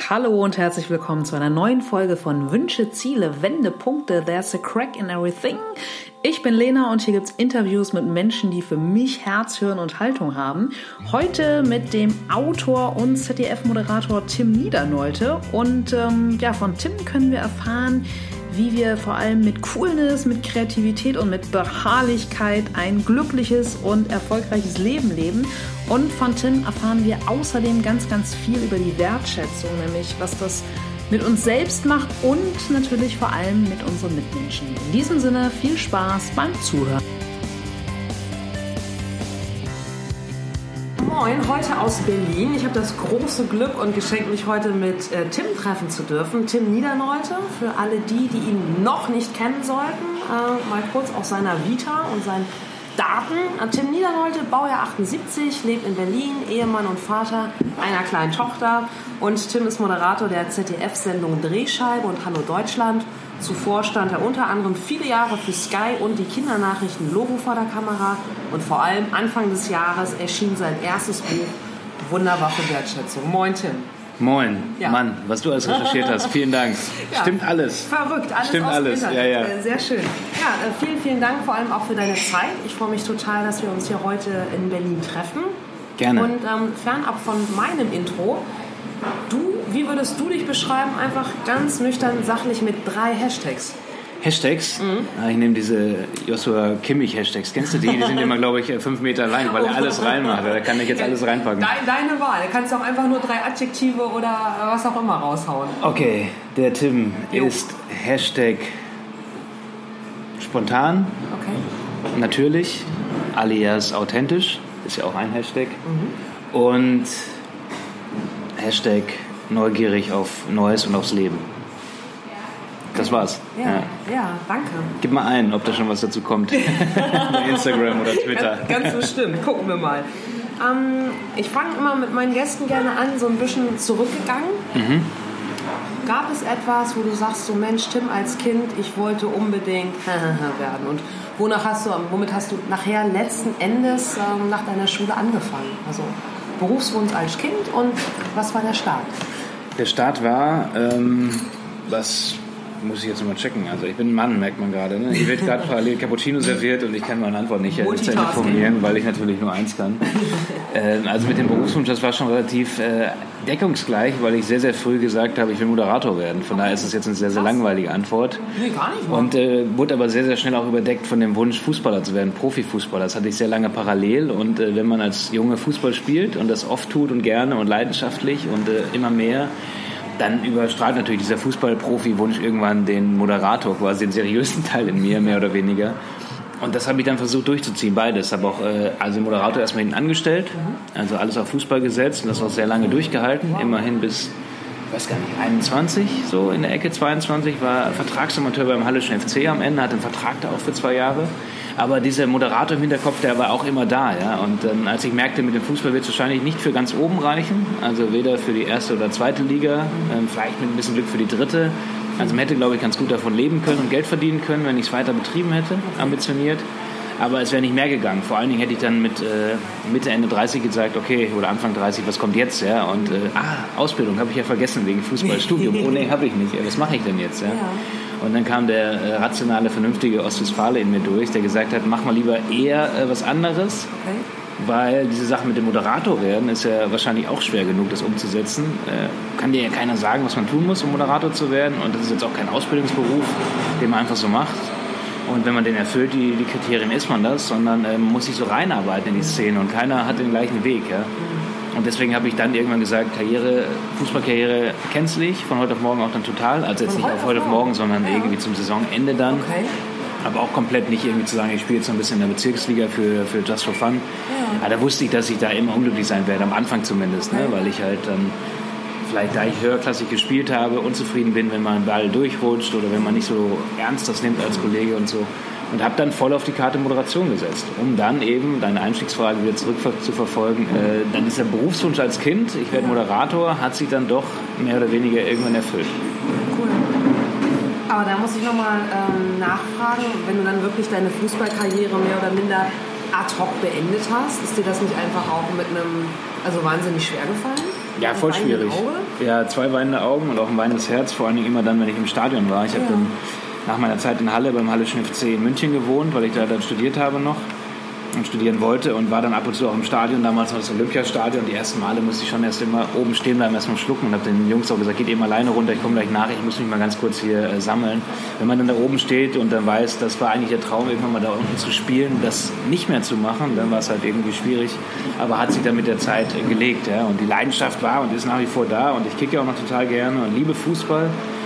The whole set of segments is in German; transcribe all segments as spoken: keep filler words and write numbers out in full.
Hallo und herzlich willkommen zu einer neuen Folge von Wünsche, Ziele, Wendepunkte, There's a Crack in Everything. Ich bin Lena und hier gibt's Interviews mit Menschen, die für mich Herz, Hirn und Haltung haben. Heute mit dem Autor und Z D F-Moderator Tim Niedernolte. Und ähm, ja, von Tim können wir erfahren, wie wir vor allem mit Coolness, mit Kreativität und mit Beharrlichkeit ein glückliches und erfolgreiches Leben leben. Und von Tim erfahren wir außerdem ganz, ganz viel über die Wertschätzung, nämlich was das mit uns selbst macht und natürlich vor allem mit unseren Mitmenschen. In diesem Sinne viel Spaß beim Zuhören. Moin, heute aus Berlin. Ich habe das große Glück und Geschenk, mich heute mit äh, Tim treffen zu dürfen. Tim Niedernolte, für alle die, die ihn noch nicht kennen sollten, äh, mal kurz aus seiner Vita und seinen Daten. Äh, Tim Niedernolte, Baujahr achtundsiebzig, lebt in Berlin, Ehemann und Vater einer kleinen Tochter. Und Tim ist Moderator der Z D F-Sendung Drehscheibe und Hallo Deutschland. Zuvor stand er unter anderem viele Jahre für Sky und die Kindernachrichten Logo vor der Kamera. Und vor allem Anfang des Jahres erschien sein erstes Buch Wunderwaffe Wertschätzung. Moin, Tim. Moin, ja. Mann, was du alles recherchiert hast. Vielen Dank. Ja, stimmt alles. Verrückt, alles Stimmt aus alles. dem Internet. Ja, ja. Sehr schön. Ja, vielen, vielen Dank vor allem auch für deine Zeit. Ich freue mich total, dass wir uns hier heute in Berlin treffen. Gerne. Und ähm, fernab von meinem Intro, du, wie würdest du dich beschreiben? Einfach ganz nüchtern, sachlich mit drei Hashtags. Hashtags? Mhm. Ah, ich nehme diese Joshua Kimmich-Hashtags. Kennst du die? Die sind immer, glaube ich, fünf Meter lang, weil er alles reinmacht. Da kann ich jetzt alles reinpacken. Deine, deine Wahl. Du kannst auch einfach nur drei Adjektive oder was auch immer raushauen. Okay, der Tim Jo. ist Hashtag spontan, Okay. natürlich, alias authentisch. Ist ja auch ein Hashtag. Mhm. Und Hashtag neugierig auf Neues und aufs Leben. Das war's. Ja, Ja. ja, danke. Gib mal ein, ob da schon was dazu kommt. Bei Instagram oder Twitter. Ganz, ganz bestimmt. Gucken wir mal. Ähm, ich fange immer mit meinen Gästen gerne an, so ein bisschen zurückgegangen. Mhm. Gab es etwas, wo du sagst, so Mensch, Tim, als Kind, ich wollte unbedingt werden? Und wonach hast du, womit hast du nachher letzten Endes ähm, nach deiner Schule angefangen? Also Berufswunsch als Kind und was war der Start? Der Start war, ähm, was muss ich jetzt mal checken. Also ich bin ein Mann, merkt man gerade. Ne? Hier wird gerade parallel Cappuccino serviert und ich kann meine Antwort nicht zu Ende formulieren, weil ich natürlich nur eins kann. ähm, also mit dem Berufswunsch, das war schon relativ äh, deckungsgleich, weil ich sehr, sehr früh gesagt habe, ich will Moderator werden. Von daher ist es jetzt eine sehr, sehr langweilige Antwort. Nee, gar nicht mal. Und äh, wurde aber sehr, sehr schnell auch überdeckt von dem Wunsch, Fußballer zu werden, Profifußballer. Das hatte ich sehr lange parallel. Und äh, wenn man als Junge Fußball spielt und das oft tut und gerne und leidenschaftlich und äh, immer mehr, dann überstrahlt natürlich dieser Fußball-Profi-Wunsch irgendwann den Moderator, quasi den seriösen Teil in mir, mehr oder weniger. Und das habe ich dann versucht durchzuziehen, beides. Habe auch äh, also Moderator erstmal hinten angestellt, also alles auf Fußball gesetzt und das auch sehr lange durchgehalten, immerhin bis, ich weiß gar nicht, einundzwanzig, so in der Ecke, zweiundzwanzig, war Vertragsamateur beim Halleschen F C am Ende, hatte einen Vertrag da auch für zwei Jahre. Aber dieser Moderator im Hinterkopf, der war auch immer da. Ja? Und ähm, als ich merkte, mit dem Fußball wird es wahrscheinlich nicht für ganz oben reichen, also weder für die erste oder zweite Liga, ähm, vielleicht mit ein bisschen Glück für die dritte. Also man hätte, glaube ich, ganz gut davon leben können und Geld verdienen können, wenn ich es weiter betrieben hätte, ambitioniert. Aber es wäre nicht mehr gegangen. Vor allen Dingen hätte ich dann mit äh, Mitte, Ende dreißig gesagt, okay, oder Anfang dreißig, was kommt jetzt? Ja? Und äh, ah, Ausbildung habe ich ja vergessen wegen Fußballstudium. Oh nee, habe ich nicht. Was mache ich denn jetzt? Ja? Ja. Und dann kam der äh, rationale, vernünftige Ostwestfale in mir durch, der gesagt hat, mach mal lieber eher äh, was anderes, Okay. weil diese Sache mit dem Moderator werden ist ja wahrscheinlich auch schwer genug, das umzusetzen. Äh, kann dir ja keiner sagen, was man tun muss, um Moderator zu werden. Und das ist jetzt auch kein Ausbildungsberuf, den man einfach so macht. Und wenn man den erfüllt, die, die Kriterien, ist man das, sondern äh, man muss sich so reinarbeiten in die Szene und keiner hat den gleichen Weg. Ja? Und deswegen habe ich dann irgendwann gesagt, Karriere, Fußballkarriere känzlich, von heute auf morgen auch dann total. Also jetzt Von nicht heute auf heute auf auf morgen, morgen, sondern ja. irgendwie zum Saisonende dann. Okay. Aber auch komplett nicht irgendwie zu sagen, ich spiele jetzt so ein bisschen in der Bezirksliga für, für Just for Fun. Ja. Aber da wusste ich, dass ich da immer unglücklich sein werde, am Anfang zumindest, Okay. ne? Weil ich halt dann, vielleicht da ich höherklassig gespielt habe, unzufrieden bin, wenn man einen Ball durchrutscht oder wenn man nicht so ernst das nimmt als Kollege und so. Und habe dann voll auf die Karte Moderation gesetzt, um dann eben, deine Einstiegsfrage wieder zurück zu verfolgen, äh, dann ist der Berufswunsch als Kind, ich werde Moderator, hat sich dann doch mehr oder weniger irgendwann erfüllt. Cool. Aber da muss ich nochmal ähm, nachfragen, wenn du dann wirklich deine Fußballkarriere mehr oder minder ad hoc beendet hast, ist dir das nicht einfach auch mit einem, also wahnsinnig schwer gefallen? Ja, voll schwierig. Ja, zwei weinende Augen und auch ein weinendes Herz, vor allen Dingen immer dann, wenn ich im Stadion war. Ich ja. habe dann nach meiner Zeit in Halle beim Halleschen F C in München gewohnt, weil ich da dann studiert habe noch und studieren wollte und war dann ab und zu auch im Stadion, damals noch das Olympiastadion. Die ersten Male musste ich schon erst immer oben stehen bleiben, erst mal schlucken und habe den Jungs auch gesagt, geht eben alleine runter, ich komme gleich nach, ich muss mich mal ganz kurz hier äh, sammeln. Wenn man dann da oben steht und dann weiß, das war eigentlich der Traum, irgendwann mal da unten zu spielen, das nicht mehr zu machen, dann war es halt irgendwie schwierig, aber hat sich dann mit der Zeit äh, gelegt. Ja? Und die Leidenschaft war und ist nach wie vor da und ich kicke ja auch noch total gerne und liebe Fußball.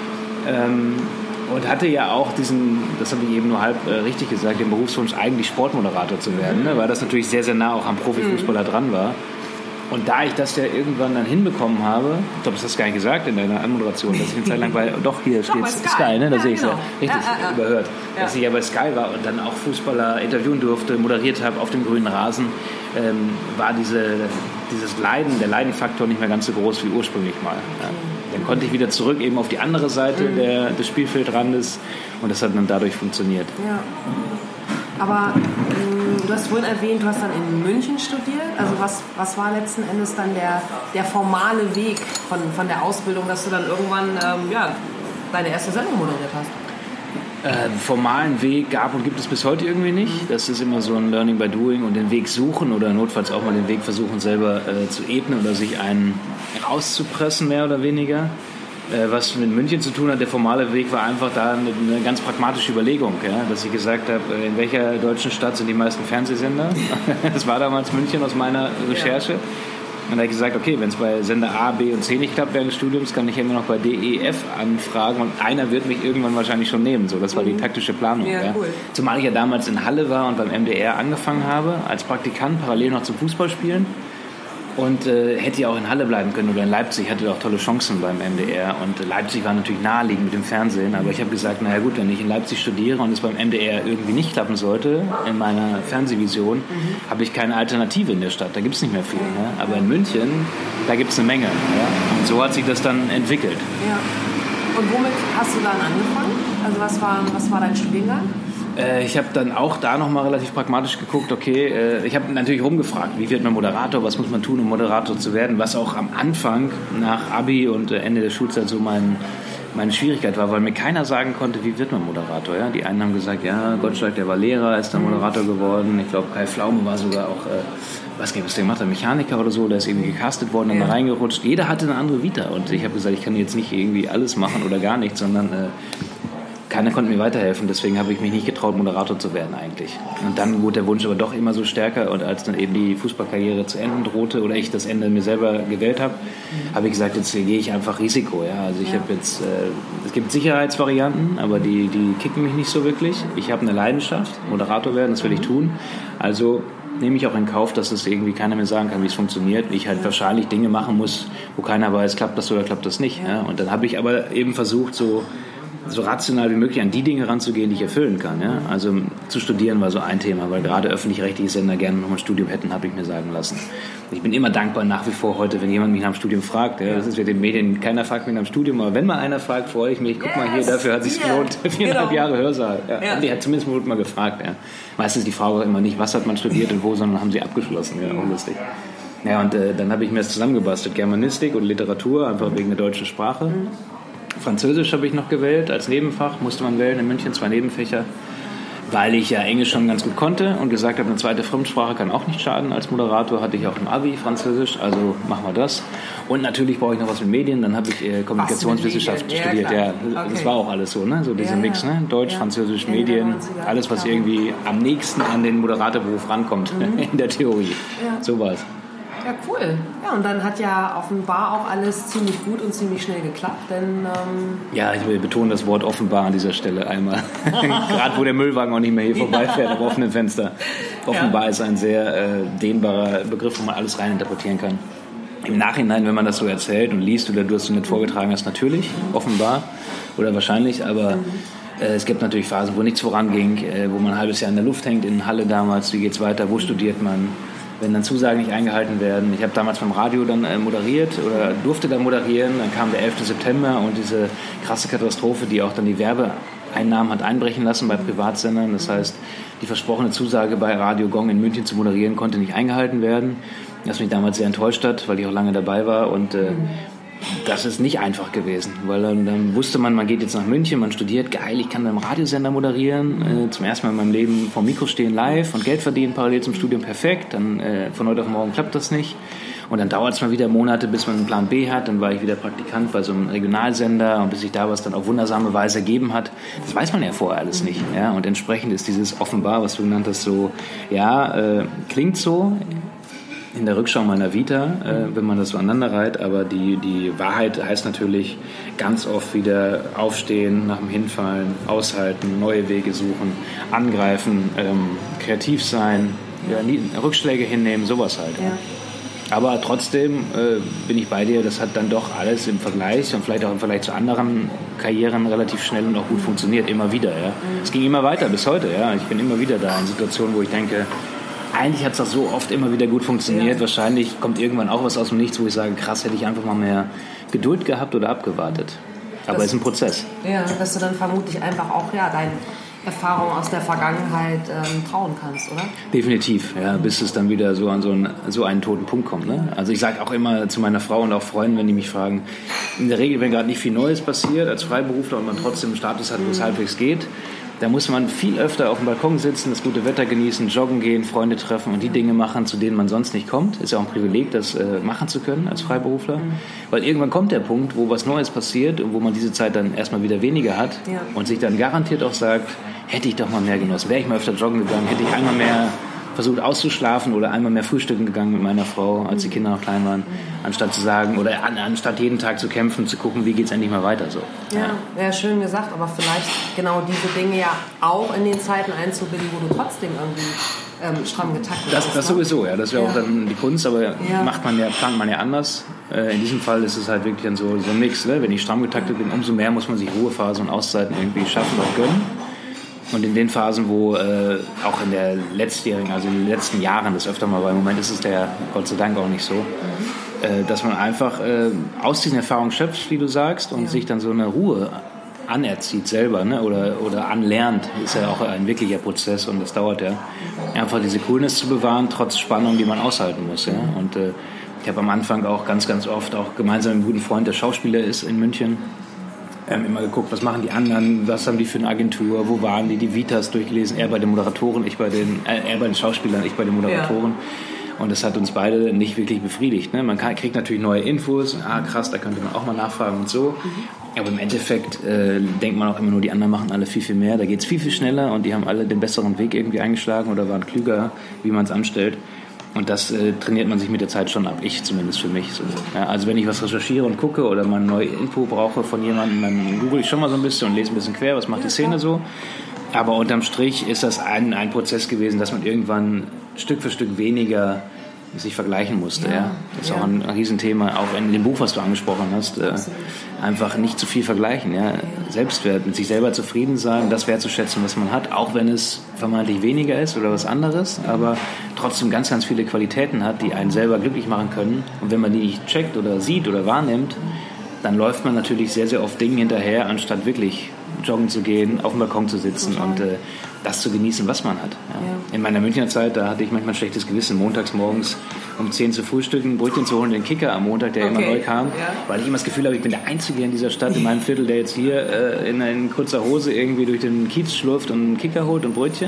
Ähm, Und hatte ja auch diesen, das habe ich eben nur halb äh, richtig gesagt, den Berufswunsch, eigentlich Sportmoderator zu werden, ne? Weil das natürlich sehr, sehr nah auch am Profifußballer dran war. Und da ich das ja irgendwann dann hinbekommen habe, ich glaube, das hast du gar nicht gesagt in deiner Anmoderation, dass ich eine Zeit lang bei, doch hier steht Sky. Sky, ne? Da ja, sehe ich es genau. ja richtig ja, ja, ja. überhört, ja. dass ich ja bei Sky war und dann auch Fußballer interviewen durfte, moderiert habe auf dem grünen Rasen, ähm, war diese, dieses Leiden, der Leidenfaktor nicht mehr ganz so groß wie ursprünglich mal. Ja. Dann konnte ich wieder zurück eben auf die andere Seite mhm. der, des Spielfeldrandes und das hat dann dadurch funktioniert. Ja. Aber ähm, du hast vorhin erwähnt, du hast dann in München studiert. Also was, was war letzten Endes dann der, der formale Weg von, von der Ausbildung, dass du dann irgendwann ähm, ja, deine erste Sendung moderiert hast? Äh, formalen Weg gab und gibt es bis heute irgendwie nicht. Das ist immer so ein Learning by Doing und den Weg suchen oder notfalls auch mal den Weg versuchen selber äh, zu ebnen oder sich einen rauszupressen, mehr oder weniger. Äh, was mit München zu tun hat, der formale Weg war einfach da eine, eine ganz pragmatische Überlegung, ja? Dass ich gesagt habe, in welcher deutschen Stadt sind die meisten Fernsehsender? Das war damals München aus meiner Recherche. Ja. Und da habe ich gesagt, okay, wenn es bei Sender A, B und C nicht klappt während des Studiums, kann ich immer noch bei D, E, F anfragen und einer wird mich irgendwann wahrscheinlich schon nehmen. So, das war die taktische Planung. Ja, ja. Cool. Zumal ich ja damals in Halle war und beim M D R angefangen habe, als Praktikant, parallel noch zum Fußballspielen. Und äh, hätte ja auch in Halle bleiben können oder in Leipzig, hatte auch tolle Chancen beim M D R. Und äh, Leipzig war natürlich naheliegend mit dem Fernsehen. Aber ich habe gesagt, naja gut, wenn ich in Leipzig studiere und es beim M D R irgendwie nicht klappen sollte, in meiner Fernsehvision, mhm. habe ich keine Alternative in der Stadt. Da gibt es nicht mehr viel. Ne? Aber in München, da gibt es eine Menge. Ja? Und so hat sich das dann entwickelt. Ja. Und womit hast du dann angefangen? Also was war, was war dein Studiengang? Ich habe dann auch da nochmal relativ pragmatisch geguckt, okay, ich habe natürlich rumgefragt, wie wird man Moderator, was muss man tun, um Moderator zu werden, was auch am Anfang nach Abi und Ende der Schulzeit so mein, meine Schwierigkeit war, weil mir keiner sagen konnte, wie wird man Moderator. Ja? Die einen haben gesagt, ja, Gottschalk, der war Lehrer, ist dann Moderator geworden. Ich glaube, Kai Pflaume war sogar auch, äh, was gibt es, der macht, der Mechaniker oder so, der ist irgendwie gecastet worden, dann ja. da reingerutscht. Jeder hatte eine andere Vita und ich habe gesagt, ich kann jetzt nicht irgendwie alles machen oder gar nichts, sondern äh, keiner konnte mir weiterhelfen, deswegen habe ich mich nicht getraut, Moderator zu werden eigentlich. Und dann wurde der Wunsch aber doch immer so stärker und als dann eben die Fußballkarriere zu enden drohte oder ich das Ende mir selber gewählt habe, mhm. habe ich gesagt, jetzt gehe ich einfach Risiko. Ja? Also ich ja. habe jetzt, äh, es gibt Sicherheitsvarianten, aber die, die kicken mich nicht so wirklich. Ich habe eine Leidenschaft, Moderator werden, das will ich tun. Also nehme ich auch in Kauf, dass es irgendwie keiner mehr sagen kann, wie es funktioniert. Ich halt ja. wahrscheinlich Dinge machen muss, wo keiner weiß, klappt das oder klappt das nicht. Ja. Ja? Und dann habe ich aber eben versucht, so so rational wie möglich an die Dinge ranzugehen, die ich erfüllen kann. Ja? Also zu studieren war so ein Thema, weil gerade öffentlich-rechtliche Sender gerne noch ein Studium hätten, habe ich mir sagen lassen. Ich bin immer dankbar nach wie vor heute, wenn jemand mich nach dem Studium fragt. Ja? Das ist mit den Medien, keiner fragt mich nach dem Studium, aber wenn mal einer fragt, freue ich mich. Guck yes, mal hier, dafür hat es sich yeah. gelohnt. Viereinhalb genau. Jahre Hörsaal. Ja. Ja. Die hat zumindest mal gefragt. Ja? Meistens die Frage auch immer nicht, was hat man studiert und wo, sondern haben sie abgeschlossen. Ja, unlustig. Ja, und äh, dann habe ich mir das zusammengebastelt. Germanistik und Literatur, einfach wegen der deutschen Sprache. Mhm. Französisch habe ich noch gewählt, als Nebenfach musste man wählen in München, zwei Nebenfächer, weil ich ja Englisch schon ganz gut konnte und gesagt habe, eine zweite Fremdsprache kann auch nicht schaden. Als Moderator hatte ich auch im Abi Französisch, also machen wir das. Und natürlich brauche ich noch was mit Medien, dann habe ich äh, Kommunikationswissenschaft ja, studiert. Ja, okay. Das war auch alles so, ne? So dieser ja, Mix, ne? Deutsch, ja. Französisch, Medien, alles, was irgendwie am nächsten an den Moderatorberuf rankommt, mhm. in der Theorie. Ja. So war es. Ja, cool. Ja, und dann hat ja offenbar auch alles ziemlich gut und ziemlich schnell geklappt, denn... Ähm ja, ich will betonen das Wort offenbar an dieser Stelle einmal. Gerade wo der Müllwagen auch nicht mehr hier vorbeifährt, am offenen Fenster. Offenbar ja. ist ein sehr äh, dehnbarer Begriff, wo man alles reininterpretieren kann. Im Nachhinein, wenn man das so erzählt und liest oder du es so nicht vorgetragen hast, natürlich, offenbar oder wahrscheinlich, aber... Mhm. Es gibt natürlich Phasen, wo nichts voranging, wo man ein halbes Jahr in der Luft hängt, in Halle damals, wie geht's weiter, wo studiert man, wenn dann Zusagen nicht eingehalten werden. Ich habe damals beim Radio dann moderiert oder durfte dann moderieren, dann kam der elfte September und diese krasse Katastrophe, die auch dann die Werbe Einnahmen hat einbrechen lassen bei Privatsendern. Das heißt, die versprochene Zusage bei Radio Gong in München zu moderieren konnte nicht eingehalten werden. Das mich damals sehr enttäuscht hat, weil ich auch lange dabei war und äh, das ist nicht einfach gewesen, weil dann, dann wusste man, man geht jetzt nach München, man studiert, geil, ich kann beim Radiosender moderieren, äh, zum ersten Mal in meinem Leben vor dem Mikro stehen live und Geld verdienen parallel zum Studium, perfekt, dann äh, von heute auf morgen klappt das nicht und dann dauert es mal wieder Monate, bis man einen Plan B hat, dann war ich wieder Praktikant bei so einem Regionalsender und bis sich da was dann auf wundersame Weise ergeben hat, das weiß man ja vorher alles nicht, ja? Und entsprechend ist dieses offenbar, was du genannt hast, so, ja, äh, klingt so, in der Rückschau meiner Vita, äh, wenn man das so aneinander reiht, aber die, die Wahrheit heißt natürlich ganz oft wieder aufstehen, nach dem Hinfallen, aushalten, neue Wege suchen, angreifen, ähm, kreativ sein, ja, nie, Rückschläge hinnehmen, sowas halt. Ja. Aber trotzdem äh, bin ich bei dir, das hat dann doch alles im Vergleich und vielleicht auch im Vergleich zu anderen Karrieren relativ schnell und auch gut funktioniert, immer wieder. Ja. Es ging immer weiter bis heute. Ja. Ich bin immer wieder da in Situationen, wo ich denke, eigentlich hat es doch so oft immer wieder gut funktioniert. Ja. Wahrscheinlich kommt irgendwann auch was aus dem Nichts, wo ich sage, krass, hätte ich einfach mal mehr Geduld gehabt oder abgewartet. Aber es ist ein Prozess. Ja, dass du dann vermutlich einfach auch ja, deine Erfahrungen aus der Vergangenheit ähm, trauen kannst, oder? Definitiv, ja, bis es dann wieder so an so einen, so einen toten Punkt kommt. Ne? Also ich sage auch immer zu meiner Frau und auch Freunden, wenn die mich fragen, in der Regel, wenn gerade nicht viel Neues passiert als Freiberufler und man trotzdem einen Status hat, wo es mhm. halbwegs geht, da muss man viel öfter auf dem Balkon sitzen, das gute Wetter genießen, joggen gehen, Freunde treffen und die Dinge machen, zu denen man sonst nicht kommt. Ist ja auch ein Privileg, das äh, machen zu können als Freiberufler. Mhm. Weil irgendwann kommt der Punkt, wo was Neues passiert und wo man diese Zeit dann erstmal wieder weniger hat ja. und sich dann garantiert auch sagt, hätte ich doch mal mehr genossen, wäre ich mal öfter joggen gegangen, hätte ich einmal mehr versucht auszuschlafen oder einmal mehr frühstücken gegangen mit meiner Frau, als die Kinder noch klein waren, anstatt zu sagen, oder an, anstatt jeden Tag zu kämpfen, zu gucken, wie geht es endlich mal weiter. So. Ja, ja, schön gesagt, aber vielleicht genau diese Dinge ja auch in den Zeiten einzubinden, wo du trotzdem irgendwie ähm, stramm getaktet das, bist. Das ne? sowieso, ja, das wäre ja. auch dann die Kunst, aber ja. macht man ja, plant man ja anders. Äh, in diesem Fall ist es halt wirklich dann so, so ein Mix, ne? Wenn ich stramm getaktet bin, umso mehr muss man sich Ruhephasen und Auszeiten irgendwie schaffen und gönnen. Und in den Phasen, wo äh, auch in der letztjährigen, also in den letzten Jahren das öfter mal war, im Moment ist es ja Gott sei Dank auch nicht so, mhm. äh, dass man einfach äh, aus diesen Erfahrungen schöpft, wie du sagst, und ja. sich dann so eine Ruhe anerzieht selber, ne? oder, oder anlernt. Das ist ja auch ein wirklicher Prozess und das dauert ja. Mhm. Einfach diese Coolness zu bewahren, trotz Spannung, die man aushalten muss. Ja? Und äh, ich habe am Anfang auch ganz, ganz oft auch gemeinsam mit einem guten Freund, der Schauspieler ist in München, Ähm, immer geguckt, was machen die anderen, was haben die für eine Agentur, wo waren die, die Vitas durchgelesen, er bei den Moderatoren, ich bei den, äh, er bei den Schauspielern, ich bei den Moderatoren. Ja. Und das hat uns beide nicht wirklich befriedigt. Ne? Man kann, kriegt natürlich neue Infos, ah krass, da könnte man auch mal nachfragen und so. Mhm. Aber im Endeffekt äh, denkt man auch immer nur, die anderen machen alle viel, viel mehr. Da geht es viel, viel schneller und die haben alle den besseren Weg irgendwie eingeschlagen oder waren klüger, wie man es anstellt. Und das äh, trainiert man sich mit der Zeit schon ab, ich zumindest für mich. So. Ja, also wenn ich was recherchiere und gucke oder mal eine neue Info brauche von jemandem, dann google ich schon mal so ein bisschen und lese ein bisschen quer, was macht die Szene so. Aber unterm Strich ist das ein, ein Prozess gewesen, dass man irgendwann Stück für Stück weniger sich vergleichen musste. Ja, ja. Das ist ja auch ein Riesenthema, auch in dem Buch, was du angesprochen hast. Äh, einfach nicht zu viel vergleichen. Ja. Selbstwert, mit sich selber zufrieden sein, das wertzuschätzen, was man hat, auch wenn es vermeintlich weniger ist oder was anderes, aber trotzdem ganz, ganz viele Qualitäten hat, die einen selber glücklich machen können. Und wenn man die nicht checkt oder sieht oder wahrnimmt, dann läuft man natürlich sehr, sehr oft Dingen hinterher, anstatt wirklich joggen zu gehen, auf dem Balkon zu sitzen und äh, das zu genießen, was man hat. Ja. Ja. In meiner Münchner Zeit, da hatte ich manchmal ein schlechtes Gewissen, montags morgens um zehn zu frühstücken, Brötchen zu holen, den Kicker am Montag, der okay. immer neu kam, ja. weil ich immer das Gefühl habe, ich bin der Einzige in dieser Stadt, in meinem Viertel, der jetzt hier äh, in, in kurzer Hose irgendwie durch den Kiez schlurft und einen Kicker holt und Brötchen.